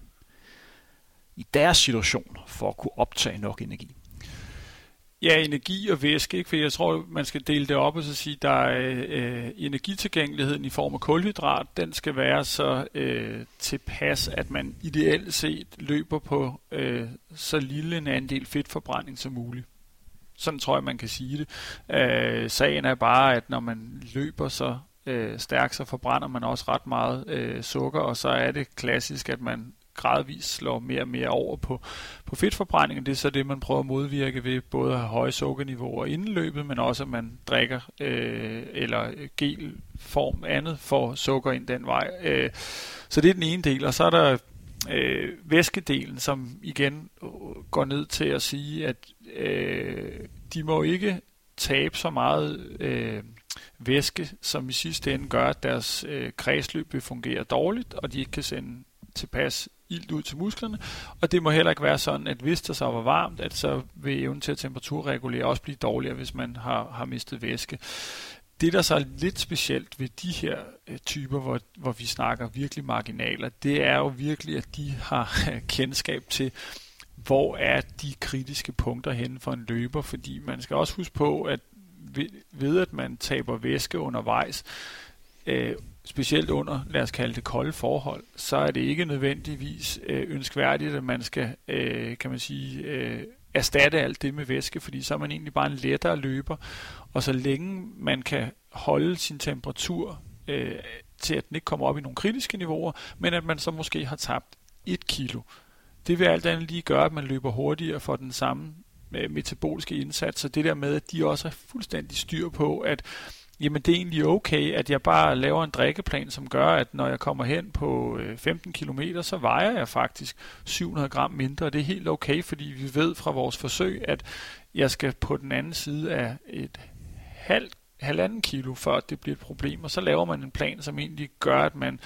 i deres situation for at kunne optage nok energi.
Ja, energi og væske, ikke? For jeg tror, man skal dele det op og så sige, der er energitilgængeligheden i form af kulhydrat, den skal være så tilpas, at man ideelt set løber på så lille en andel fedtforbrænding som muligt. Sådan tror jeg, man kan sige det. Sagen er bare, at når man løber så stærkt, så forbrænder man også ret meget sukker, og så er det klassisk, at man gradvist slår mere og mere over på fedtforbrændingen. Det er så det, man prøver at modvirke ved både at have høje sukkerniveauer inden løbet, men også at man drikker eller gelform andet for sukker ind den vej. Så det er den ene del, og så er der væskedelen, som igen går ned til at sige, at de må ikke tabe så meget væske, som i sidste ende gør, at deres kredsløb vil fungere dårligt, og de ikke kan sende tilpas ilt ud til musklerne, og det må heller ikke være sådan, at hvis der så var varmt, at så vil evnen til at temperaturregulere også blive dårligere, hvis man har mistet væske. Det, der så er lidt specielt ved de her typer, hvor vi snakker virkelig marginaler, det er jo virkelig, at de har kendskab til, hvor er de kritiske punkter henne for en løber, fordi man skal også huske på, at ved at man taber væske undervejs, specielt under, lad os kalde det kolde forhold, så er det ikke nødvendigvis ønskværdigt, at man skal, kan man sige, erstatte alt det med væske, fordi så er man egentlig bare en lettere løber, og så længe man kan holde sin temperatur til, at den ikke kommer op i nogle kritiske niveauer, men at man så måske har tabt 1 kilo. Det vil alt andet lige gøre, at man løber hurtigere for den samme metaboliske indsats, så det der med, at de også har fuldstændig styr på, at jamen det er egentlig okay, at jeg bare laver en drikkeplan, som gør, at når jeg kommer hen på 15 km, så vejer jeg faktisk 700 gram mindre, og det er helt okay, fordi vi ved fra vores forsøg, at jeg skal på den anden side af et halvanden kilo, før det bliver et problem, og så laver man en plan, som egentlig gør, at man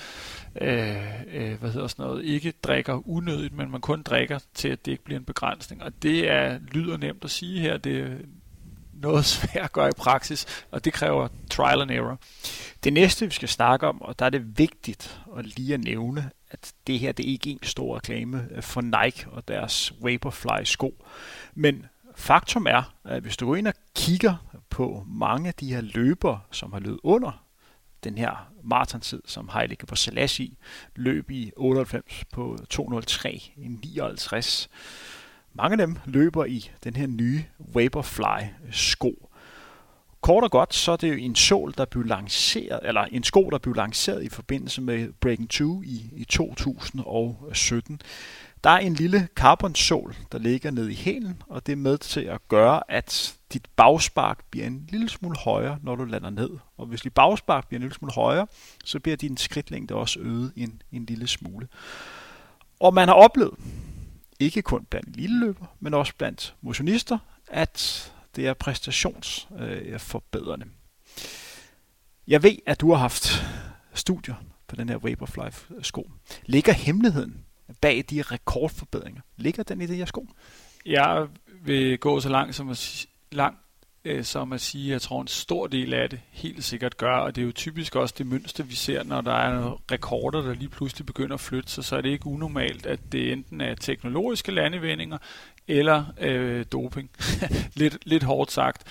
ikke drikker unødigt, men man kun drikker til, at det ikke bliver en begrænsning, og det lyder nemt at sige her, det noget svært at gøre i praksis, og det kræver trial and error.
Det næste, vi skal snakke om, og der er det vigtigt at lige at nævne, at det her det er ikke en stor reklame for Nike og deres Vaporfly-sko, men faktum er, at hvis du går ind og kigger på mange af de her løbere, som har løbet under den her maratontid, som Haile Gebrselassie løb i 98 på 2:03 i 59. Mange af dem løber i den her nye Vaporfly-sko. Kort og godt, så er det jo en sål, der blev lanceret, eller en sko, der blev lanceret i forbindelse med Breaking 2 i 2017. Der er en lille carbon-sål, der ligger nede i hælen, og det er med til at gøre, at dit bagspark bliver en lille smule højere, når du lander ned. Og hvis dit bagspark bliver en lille smule højere, så bliver din skridtlængde også øget en lille smule. Og man har oplevet, ikke kun blandt lille løber, men også blandt motionister, at det er præstationsforbedrende. Jeg ved, at du har haft studier på den her Vaporfly-sko. Ligger hemmeligheden bag de rekordforbedringer? Ligger den i det her sko?
Jeg vil gå så langt som at sige, at jeg tror en stor del af det helt sikkert gør, og det er jo typisk også det mønster, vi ser, når der er rekorder, der lige pludselig begynder at flytte sig, så er det ikke unormalt, at det enten er teknologiske landevindinger eller doping. lidt hårdt sagt.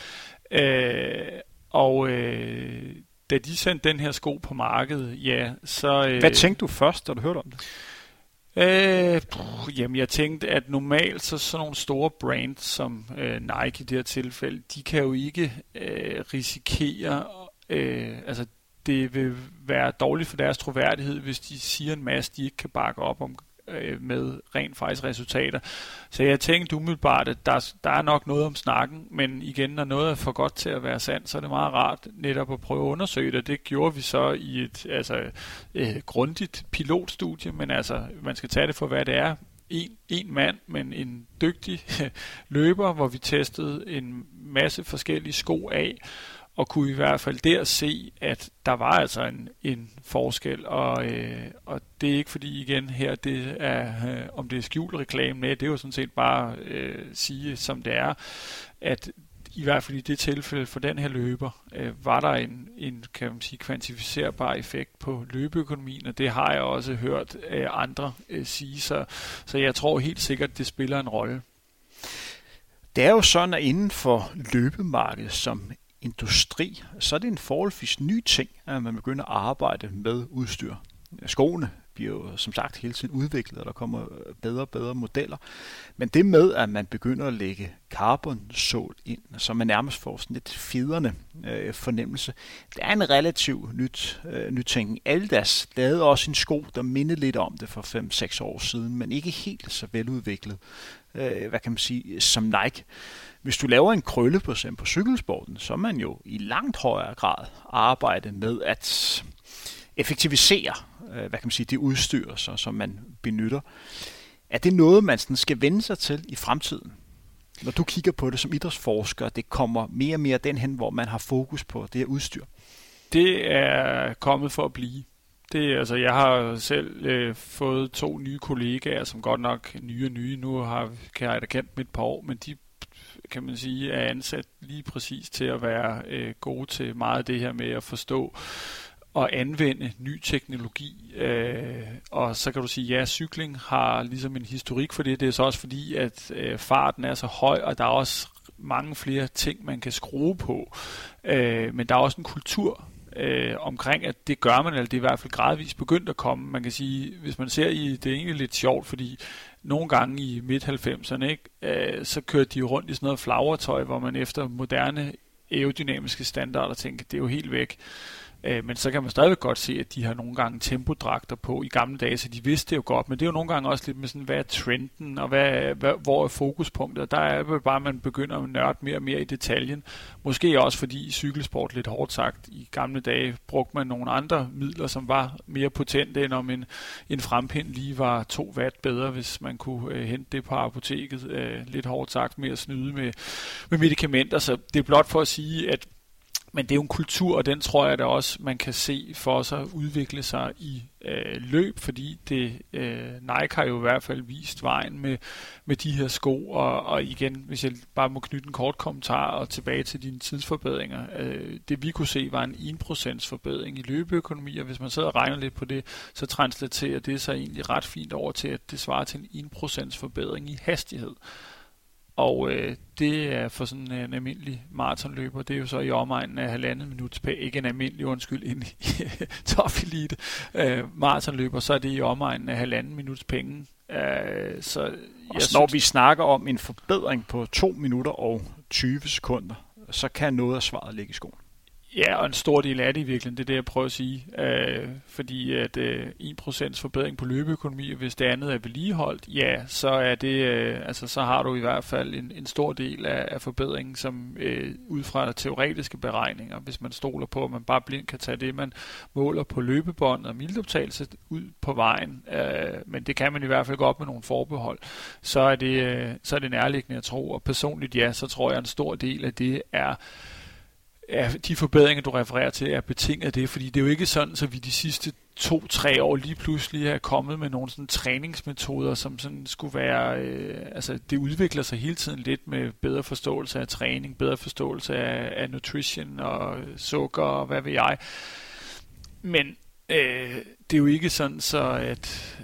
Da de sendte den her sko på markedet, ja, så...
Hvad tænkte du først, da du hørte om det?
Jamen, jeg tænkte, at normalt så sådan nogle store brands som Nike i det her tilfælde, de kan jo ikke risikere, altså det vil være dårligt for deres troværdighed, hvis de siger en masse, de ikke kan bakke op om med rent faktisk resultater. Så jeg tænkte umiddelbart, at der er nok noget om snakken, men igen, når noget er for godt til at være sandt, så er det meget rart netop at prøve at undersøge det. Det gjorde vi så i et grundigt pilotstudie, men altså, man skal tage det for, hvad det er. En mand, men en dygtig løber, hvor vi testede en masse forskellige sko af, og kunne i hvert fald der se, at der var altså en forskel, og det er ikke fordi igen her, det er, om det er skjult reklame, nej, det er jo sådan set bare sige, som det er, at i hvert fald i det tilfælde for den her løber, var der en kan man sige, kvantificerbar effekt på løbeøkonomien, og det har jeg også hørt andre sige, så jeg tror helt sikkert, det spiller en rolle.
Det er jo sådan, at inden for løbemarkedet som industri, så er det en forholdsvis ny ting, at man begynder at arbejde med udstyr. Skoene bliver jo som sagt hele tiden udviklet, og der kommer bedre og bedre modeller. Men det med, at man begynder at lægge carbon-sål ind, så man nærmest får sådan lidt federne fornemmelse, det er en relativt nytænkning. Adidas lavede også en sko, der mindede lidt om det for 5-6 år siden, men ikke helt så veludviklet, hvad kan man sige, som Nike. Hvis du laver en krølle på cykelsporten, så er man jo i langt højere grad arbejde med at effektivisere, hvad kan man sige, det udstyr, som man benytter. Er det noget, man sådan skal vende sig til i fremtiden? Når du kigger på det som idrætsforsker, det kommer mere og mere den hen, hvor man har fokus på det her udstyr.
Det er kommet for at blive. Altså, jeg har selv fået 2 nye kollegaer, som godt nok nye. Nu kan jeg da kendt dem et par år, men de kan man sige, er ansat lige præcis til at være gode til meget af det her med at forstå og anvende ny teknologi. Og så kan du sige, ja, cykling har ligesom en historik for det. Det er så også fordi, at farten er så høj, og der er også mange flere ting, man kan skrue på. Men der er også en kultur omkring, at det gør man, eller det er i hvert fald gradvist begyndt at komme. Man kan sige, hvis man ser i, det er egentlig lidt sjovt, fordi nogle gange i midt-90'erne, ikke, så kørte de rundt i sådan noget flagertøj, hvor man efter moderne aerodynamiske standarder tænker, det er jo helt væk. Men så kan man stadigvæk godt se, at de har nogle gange tempodragter på i gamle dage, så de vidste det jo godt, men det er jo nogle gange også lidt med sådan, hvad er trenden, og hvor er fokuspunktet, og der er jo bare, at man begynder at nørde mere og mere i detaljen. Måske også fordi i cykelsport, lidt hårdt sagt, i gamle dage brugte man nogle andre midler, som var mere potente, end om en frempind lige var 2 watt bedre, hvis man kunne hente det på apoteket, lidt hårdt sagt, med at snyde med medicamenter. Så det er blot for at sige, at Men det er jo en kultur, og den tror jeg da også, man kan se for sig udvikle sig i løb, fordi Nike har jo i hvert fald vist vejen med de her sko, og igen, hvis jeg bare må knytte en kort kommentar og tilbage til dine tidsforbedringer, det vi kunne se var en 1% forbedring i løbeøkonomi, og hvis man sidder og regner lidt på det, så translaterer det sig egentlig ret fint over til, at det svarer til en 1% forbedring i hastighed. Og det er for sådan en almindelig maratonløber, det er jo så i omegnen af 1,5 minut per, ikke en almindelig, en top elite maratonløber, så er det i omegnen af 1,5 minuts penge. Så
når vi snakker om en forbedring på 2 minutter og 20 sekunder, så kan noget af svaret ligge i skoen.
Ja, og en stor del af det i virkeligheden, det er det, jeg prøver at sige. Fordi at 1% forbedring på løbeøkonomi, og hvis det andet er vedligeholdt, ja, så er det, så har du i hvert fald en stor del af forbedringen, som ud fra teoretiske beregninger, hvis man stoler på, at man bare blindt kan tage det, man måler på løbebånd og miltoptagelse ud på vejen, men det kan man i hvert fald gå op med nogle forbehold, så er det nærliggende at tro, og personligt ja, så tror jeg, en stor del af det er de forbedringer, du refererer til, er betinget af det, fordi det er jo ikke sådan, så vi de sidste 2-3 år lige pludselig er kommet med nogle sådan træningsmetoder, som sådan skulle være, det udvikler sig hele tiden lidt med bedre forståelse af træning, bedre forståelse af nutrition og sukker og hvad ved jeg. Men det er jo ikke sådan så, at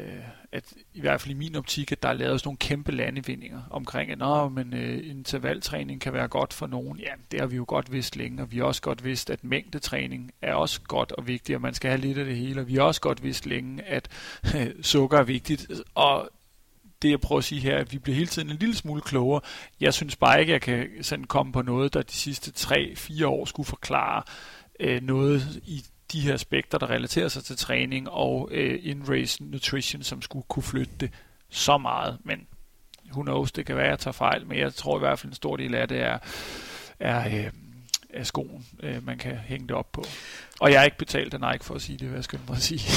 i hvert fald i min optik, at der er lavet sådan nogle kæmpe landevindinger omkring, at intervaltræning kan være godt for nogen. Ja, det har vi jo godt vidst længe, og vi har også godt vidst, at mængdetræning er også godt og vigtigt, og man skal have lidt af det hele, og vi har også godt vidst længe, at sukker er vigtigt, og det jeg prøver at sige her, at vi bliver hele tiden en lille smule klogere. Jeg synes bare ikke, at jeg kan sådan komme på noget, der de sidste 3-4 år skulle forklare noget i de her aspekter, der relaterer sig til træning og in-race nutrition, som skulle kunne flytte det så meget. Men who knows, det kan være, at jeg tager fejl, men jeg tror i hvert fald en stor del af det er skoen, man kan hænge det op på. Og jeg er ikke betalt af Nike for at sige det, hvad jeg skynder mig at sige.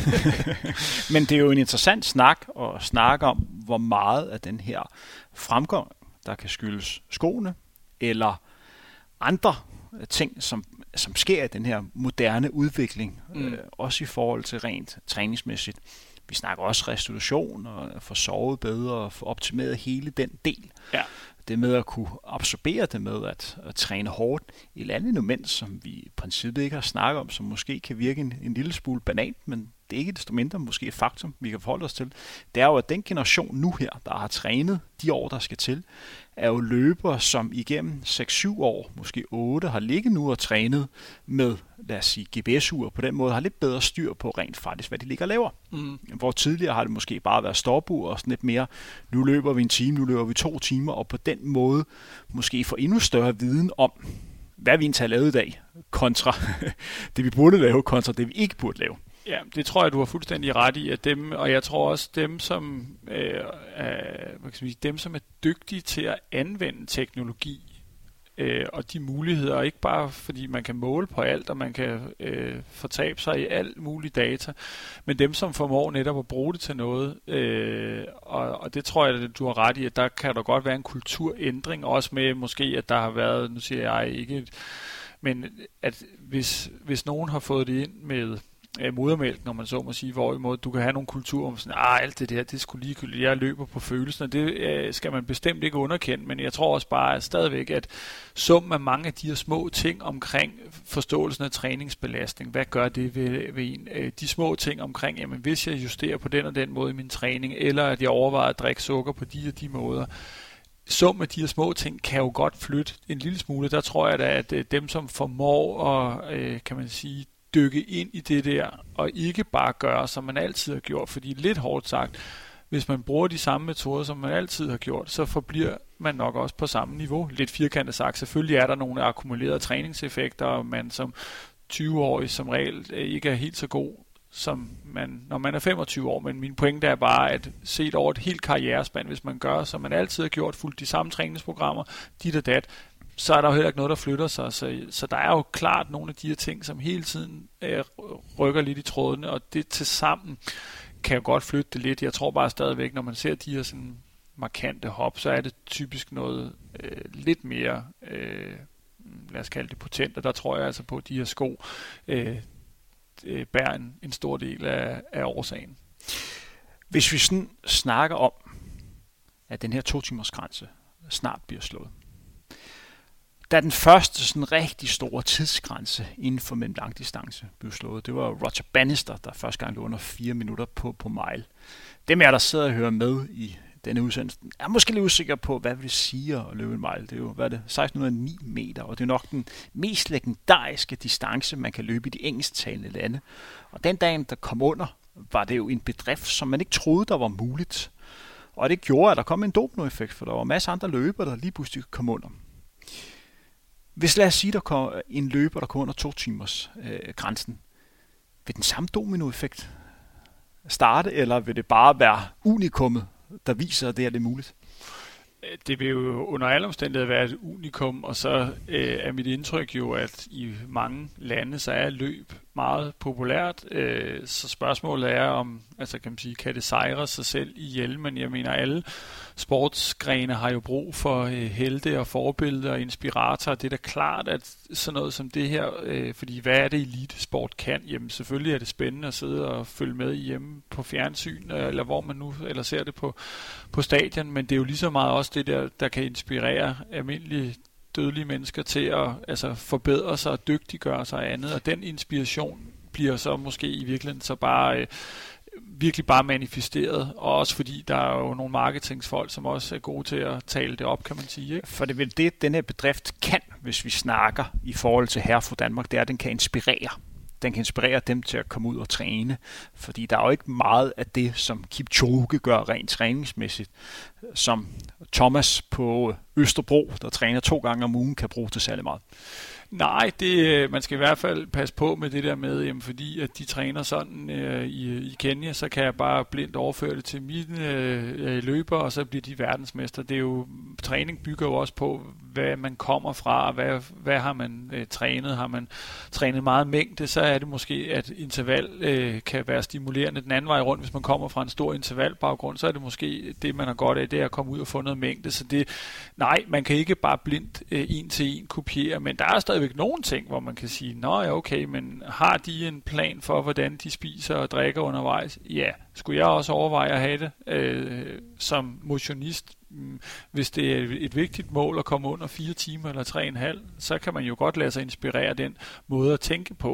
Men det er jo en interessant snak at snakke om, hvor meget af den her fremgang, der kan skyldes skoene, eller andre ting, som sker i den her moderne udvikling, også i forhold til rent træningsmæssigt. Vi snakker også restitution og få sovet bedre og få optimeret hele den del. Ja. Det med at kunne absorbere det med at træne hårdt. Et andet element, som vi i princippet ikke har snakket om, som måske kan virke en lille smule banalt, men det er ikke desto mindre måske et faktum, vi kan forholde os til. Det er jo, at den generation nu her, der har trænet de år, der skal til, er jo løbere, som igennem 6-7 år, måske 8, har ligget nu og trænet med, lad os sige, GPS-ure. På den måde har lidt bedre styr på rent faktisk, hvad de ligger og laver. Hvor tidligere har det måske bare været stopur og sådan lidt mere, nu løber vi en time, nu løber vi 2 timer, og på den måde måske få endnu større viden om, hvad vi egentlig har lavet i dag, kontra det vi burde lave, kontra det vi ikke burde lave.
Ja, det tror jeg, du har fuldstændig ret i, at dem, og jeg tror også dem, som dem, som er dygtige til at anvende teknologi og de muligheder, ikke bare fordi man kan måle på alt, og man kan fortabe sig i alt mulig data, men dem, som formår netop at bruge det til noget, og det tror jeg, at du har ret i, at der kan der godt være en kulturændring, også med måske, at der har været, nu siger jeg ikke, men at hvis nogen har fået det ind med modermælk, når man så må sige, hvorimod du kan have nogle kulturer om sådan, alt det der, det skulle ligegyldigt, jeg løber på følelsen, og det skal man bestemt ikke underkende, men jeg tror også bare stadigvæk, at summen af mange af de her små ting omkring forståelsen af træningsbelastning, hvad gør det ved en? De små ting omkring, jamen hvis jeg justerer på den og den måde i min træning, eller at jeg overvejer at drikke sukker på de og de måder, summen af de her små ting kan jo godt flytte en lille smule. Der tror jeg da, at dem, som formår at, kan man sige, dykke ind i det der, og ikke bare gøre, som man altid har gjort, fordi lidt hårdt sagt, hvis man bruger de samme metoder, som man altid har gjort, så forbliver man nok også på samme niveau. Lidt firkantet sagt. Selvfølgelig er der nogle akkumulerede træningseffekter, og man som 20-årig som regel ikke er helt så god, som man, når man er 25 år. Men min pointe er bare, at set over et helt karrierespand, hvis man gør, som man altid har gjort, fulgt de samme træningsprogrammer, dit og dat, så er der jo heller ikke noget, der flytter sig. Så der er jo klart nogle af de her ting, som hele tiden rykker lidt i trådene, og det tilsammen kan jo godt flytte det lidt. Jeg tror bare stadigvæk, når man ser de her sådan markante hop, så er det typisk noget lidt mere lad os kalde det potent, og der tror jeg altså på, at de her sko bærer en stor del af årsagen.
Hvis vi sådan snakker om, at den her 2 timers grænse snart bliver slået. Da den første sådan rigtig store tidsgrænse inden for mellemlangdistance blev slået, det var Roger Bannister, der første gang lå under 4 minutter på mile. Dem der sidder og hører med i denne udsendelse, er måske lidt usikker på, hvad vi siger at løbe en mile. Det er jo, 1609 meter, og det er nok den mest legendariske distance, man kan løbe i de engelsktalende lande. Og den dag, der kom under, var det jo en bedrift, som man ikke troede, der var muligt. Og det gjorde, at der kom en dominoeffekt, for der var masser af andre løbere, der lige pludselig kom under. Hvis lad os sige, der kom en løber, der kom under 2 timers grænsen, vil den samme dominoeffekt starte, eller vil det bare være unikummet, der viser, at det er muligt?
Det vil jo under alle omstændigheder være et unikum, og så er mit indtryk jo, at i mange lande, så er løb meget populært. Så spørgsmålet er om, altså kan man sige, kan det sejre sig selv ihjel, men jeg mener, alle sportsgrene har jo brug for helte og forbilleder og inspiratorer. Det er da klart, at sådan noget som det her, fordi hvad er det elitesport kan? Jamen selvfølgelig er det spændende at sidde og følge med hjemme på fjernsyn, eller hvor man nu eller ser det på stadion, men det er jo lige så meget også det der kan inspirere almindelige dødelige mennesker til at forbedre sig og dygtiggøre sig og andet, og den inspiration bliver så måske i virkeligheden så bare virkelig bare manifesteret, og også fordi der er jo nogle marketingsfolk, som også er gode til at tale det op, kan man sige. Ikke?
For det er vel det, den her bedrift kan, hvis vi snakker i forhold til herre for Danmark, det er, at den kan inspirere. Den kan inspirere dem til at komme ud og træne, fordi der er jo ikke meget af det, som Kipchoge gør rent træningsmæssigt, som Thomas på Østerbro, der træner 2 gange om ugen, kan bruge til særlig meget.
Nej, man skal i hvert fald passe på med det der med, jamen, fordi at de træner sådan i Kenya, så kan jeg bare blindt overføre det til mine løbere, og så bliver de verdensmester. Det er jo, træning bygger jo også på, hvad man kommer fra, og hvad har man trænet. Har man trænet meget mængde, så er det måske, at interval kan være stimulerende den anden vej rundt. Hvis man kommer fra en stor intervalbaggrund, så er det måske det, man har godt af, det er at komme ud og få noget mængde. Så nej, man kan ikke bare blindt en til en kopiere, men der er stadigvæk nogle ting, hvor man kan sige, nå ja, okay, men har de en plan for, hvordan de spiser og drikker undervejs? Ja, skulle jeg også overveje at have det som motionist? Hvis det er et vigtigt mål at komme under 4 timer eller 3,5, så kan man jo godt lade sig inspirere den måde at tænke på,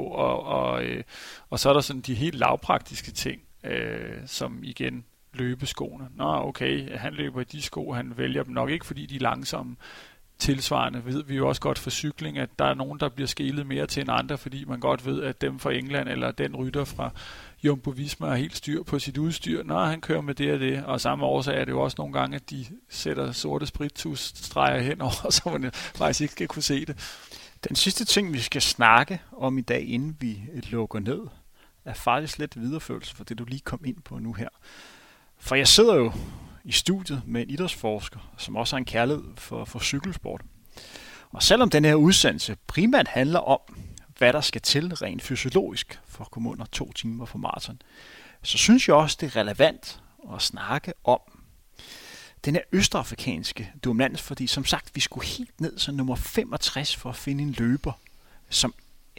og så er der sådan de helt lavpraktiske ting, som igen løbeskoene. Nå okay, han løber i de sko, han vælger dem nok ikke, fordi de er langsomme. Tilsvarende ved vi jo også godt for cykling, at der er nogen, der bliver skelet mere til end andre, fordi man godt ved, at dem fra England eller den rytter fra Jumbo Visma har helt styr på sit udstyr. Nå, han kører med det og det, og samme årsag er det jo også nogle gange, at de sætter sorte sprittusstreger henover, så man faktisk ikke skal kunne se det.
Den sidste ting, vi skal snakke om i dag, inden vi lukker ned, er faktisk lidt videreførelse for det, du lige kom ind på nu her. For jeg sidder jo i studiet med en idrætsforsker, som også har en kærlighed for cykelsport. Og selvom den her udsendelse primært handler om, hvad der skal til rent fysiologisk for at komme under 2 timer for maraton, så synes jeg også, det er relevant at snakke om den her østafrikanske dominans, fordi som sagt, vi skulle helt ned som nummer 65 for at finde en løber, som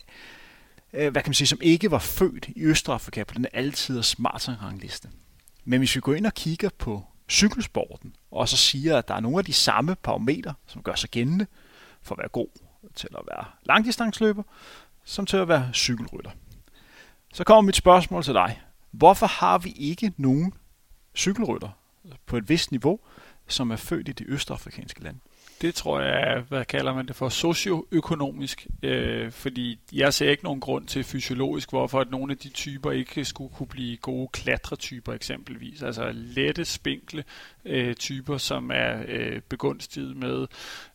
som ikke var født i Østafrika på den altiders maratonrangliste. Men hvis vi går ind og kigger på cykelsporten, og så siger, at der er nogle af de samme parametre, som gør sig gældende for at være god til at være langdistanceløber, som til at være cykelrytter. Så kommer mit spørgsmål til dig. Hvorfor har vi ikke nogen cykelrytter på et vist niveau, som er født i de østafrikanske lande?
Det tror jeg er, hvad kalder man det for, socioøkonomisk, fordi jeg ser ikke nogen grund til fysiologisk, hvorfor at nogle af de typer ikke skulle kunne blive gode klatretyper eksempelvis. Altså lette, spinkle typer, som er begunstiget med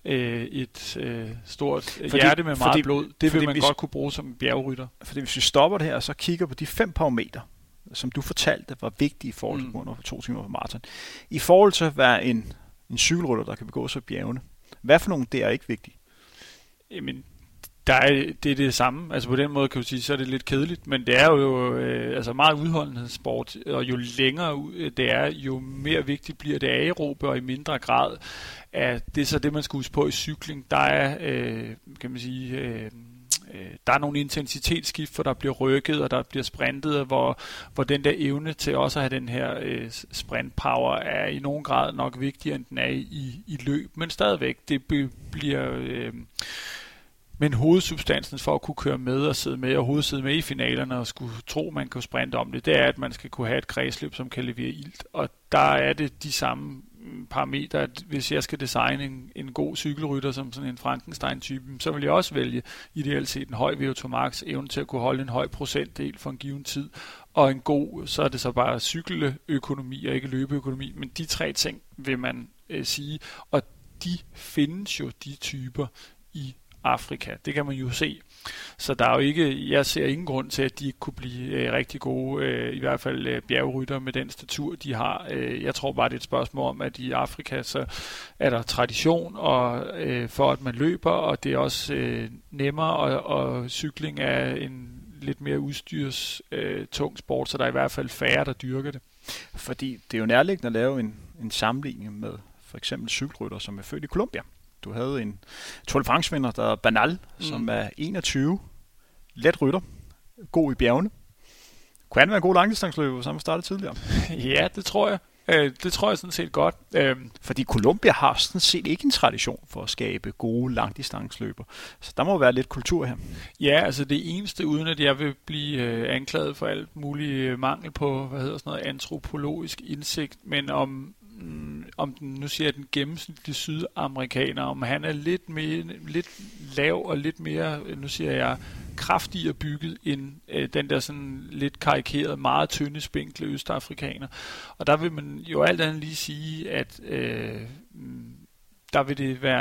et stort hjerte med meget blod. Det vil man godt kunne bruge som bjergrytter.
Fordi hvis vi stopper det her og så kigger på de 5 parametre, som du fortalte var vigtige i forhold til under 2 timer for maraton, i forhold til at være en cykelrytter, der kan begå sig bjergene. Hvad for nogle, det er ikke vigtigt?
Jamen, Det er det samme. Altså på den måde kan du sige, så er det lidt kedeligt, men det er jo altså meget udholdenhedssport, og jo længere ud det er, jo mere vigtigt bliver det aerobe, og i mindre grad er det så det, man skal huske på i cykling. Der er, kan man sige, der er nogle intensitetsskift, for der bliver rykket, og der bliver sprintet, hvor den der evne til også at have den her sprintpower er i nogen grad nok vigtigere, end den er i løb. Men stadigvæk, det bliver... Men hovedsubstansen for at kunne køre med og sidde med i finalerne og skulle tro, man kan sprinte om det, det er, at man skal kunne have et kredsløb, som kan levere ilt. Og der er det de samme parametre, at hvis jeg skal designe en god cykelrytter som sådan en Frankenstein-type, så vil jeg også vælge ideelt set en høj VO2 max, evne til at kunne holde en høj procentdel for en given tid, og en god, så er det så bare cykeløkonomi og ikke løbeøkonomi. Men de tre ting vil man sige, og de findes jo, de typer, i Afrika. Det kan man jo se. Så der er jo ikke, jeg ser ingen grund til, at de ikke kunne blive rigtig gode, i hvert fald bjergrytter med den statur, de har. Jeg tror bare, det er et spørgsmål om, at i Afrika, så er der tradition og, for, at man løber, og det er også nemmere, og cykling er en lidt mere udstyrstung sport, så der er i hvert fald færre, der dyrker det.
Fordi det er jo nærliggende at lave en sammenligning med for eksempel cykelrytter, som er født i Colombia. Du havde en Tour de France-vinder, der er Bernal, som er 21, let rytter, god i bjergene. Kunne han være en god langdistanceløber, som startede tidligere?
Ja, det tror jeg. Det tror jeg sådan set godt.
Fordi Colombia har sådan set ikke en tradition for at skabe gode langdistanceløber. Så der må være lidt kultur her.
Ja, altså det eneste, uden at jeg vil blive anklaget for alt muligt mangel på, antropologisk indsigt, men om den, nu siger jeg, den gennemsnitlige sydamerikaner, om han er lidt lav og lidt mere, nu siger jeg, kraftigere bygget end den der sådan lidt karikerede, meget tynde, spinkle østafrikaner. Og der vil man jo alt andet lige sige, at der vil det være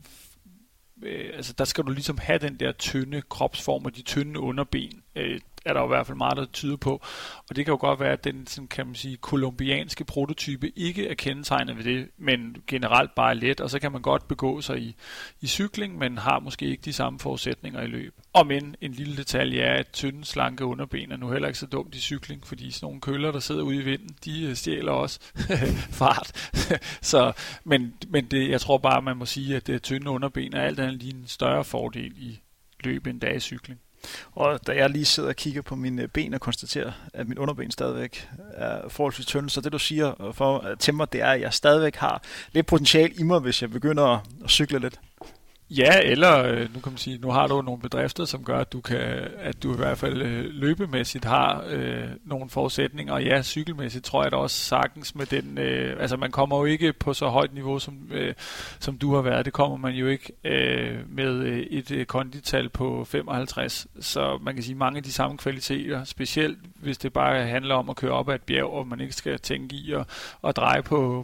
der skal du ligesom have den der tynde kropsform og de tynde underben, er der jo i hvert fald meget, der tyder på. Og det kan jo godt være, at den, sådan, kan man sige, kolumbianske prototype ikke er kendetegnet ved det, men generelt bare let, og så kan man godt begå sig i cykling, men har måske ikke de samme forudsætninger i løb. Og men en lille detalje er, at tynde, slanke underben er nu heller ikke så dumt i cykling, fordi sådan nogle køller, der sidder ude i vinden, de stjæler også fart. Så, men det, jeg tror bare, man må sige, at det tynde underben er alt andet lige en større fordel i løb end der i cykling.
Og da jeg lige sidder og kigger på mine ben og konstaterer, at mit underben stadigvæk er forholdsvis tynde, så det du siger for til mig, det er, at jeg stadigvæk har lidt potentiale i mig, hvis jeg begynder at cykle lidt.
Ja, eller nu kan man sige, nu har du nogle bedrifter, som gør, at du i hvert fald løbemæssigt har nogle forudsætninger, og ja, cykelmæssigt tror jeg da også sagtens med den, altså man kommer jo ikke på så højt niveau, som du har været, det kommer man jo ikke med et kondital på 55, så man kan sige mange af de samme kvaliteter, specielt hvis det bare handler om at køre op ad et bjerg, og man ikke skal tænke i at dreje på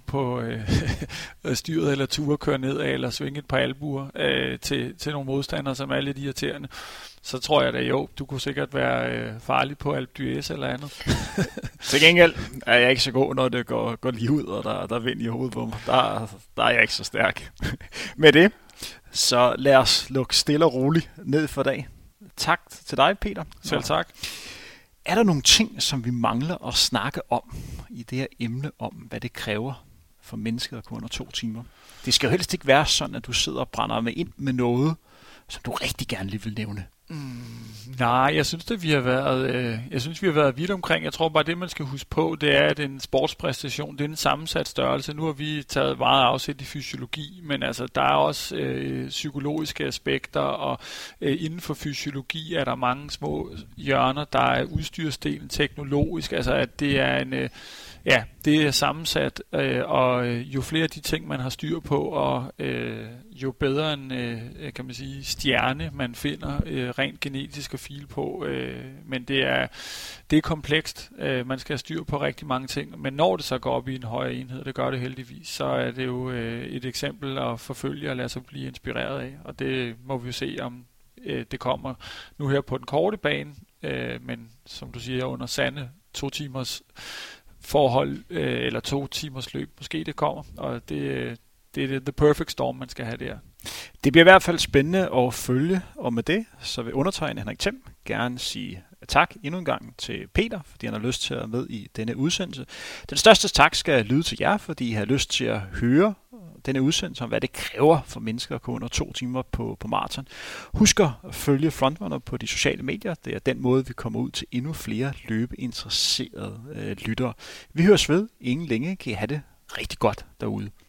styret, eller ture, køre nedad, eller svinge et par albuer, til nogle modstandere, som er lidt irriterende, så tror jeg da jo, du kunne sikkert være farlig på Alpe d'Huez eller andet.
Til gengæld er jeg ikke så god, når det går lige ud, og der er vind i hovedet på mig. Der er jeg ikke så stærk. Med det, så lad os lukke stille og roligt ned for dag. Tak til dig, Peter.
Selv tak.
Er der nogle ting, som vi mangler at snakke om i det her emne om, hvad det kræver for mennesket at kunne under 2 timer? Det skal jo helst ikke være sådan, at du sidder og brænder med ind med noget, som du rigtig gerne lige vil nævne.
Nej, jeg synes, vi har været vidt omkring. Jeg tror bare, det man skal huske på, det er, at en sportspræstation, det er en sammensat størrelse. Nu har vi taget meget afsæt i fysiologi, men altså, der er også psykologiske aspekter, og inden for fysiologi er der mange små hjørner. Der er udstyrsdelen teknologisk, altså at det er det er sammensat, og jo flere af de ting, man har styr på, og jo bedre en kan man sige, stjerne, man finder rent genetisk at file på. Men det er komplekst. Man skal have styr på rigtig mange ting. Men når det så går op i en højere enhed, det gør det heldigvis, så er det jo et eksempel at forfølge og lade sig blive inspireret af. Og det må vi jo se, om det kommer nu her på den korte bane. Men som du siger, under sande 2 timers forhold, eller 2 timers løb, måske det kommer, og det det the perfect storm, man skal have der.
Det bliver i hvert fald spændende at følge, og med det, så vil undertegnede Henrik Thiem gerne sige tak endnu en gang til Peter, fordi han har lyst til at være med i denne udsendelse. Den største tak skal lyde til jer, fordi I har lyst til at høre denne udsendelse om, hvad det kræver for mennesker at gå under 2 timer på maraton. Husk at følge Frontrunner på de sociale medier. Det er den måde, vi kommer ud til endnu flere løbeinteresserede lyttere. Vi høres ved. Ingen længe. Kan I have det rigtig godt derude.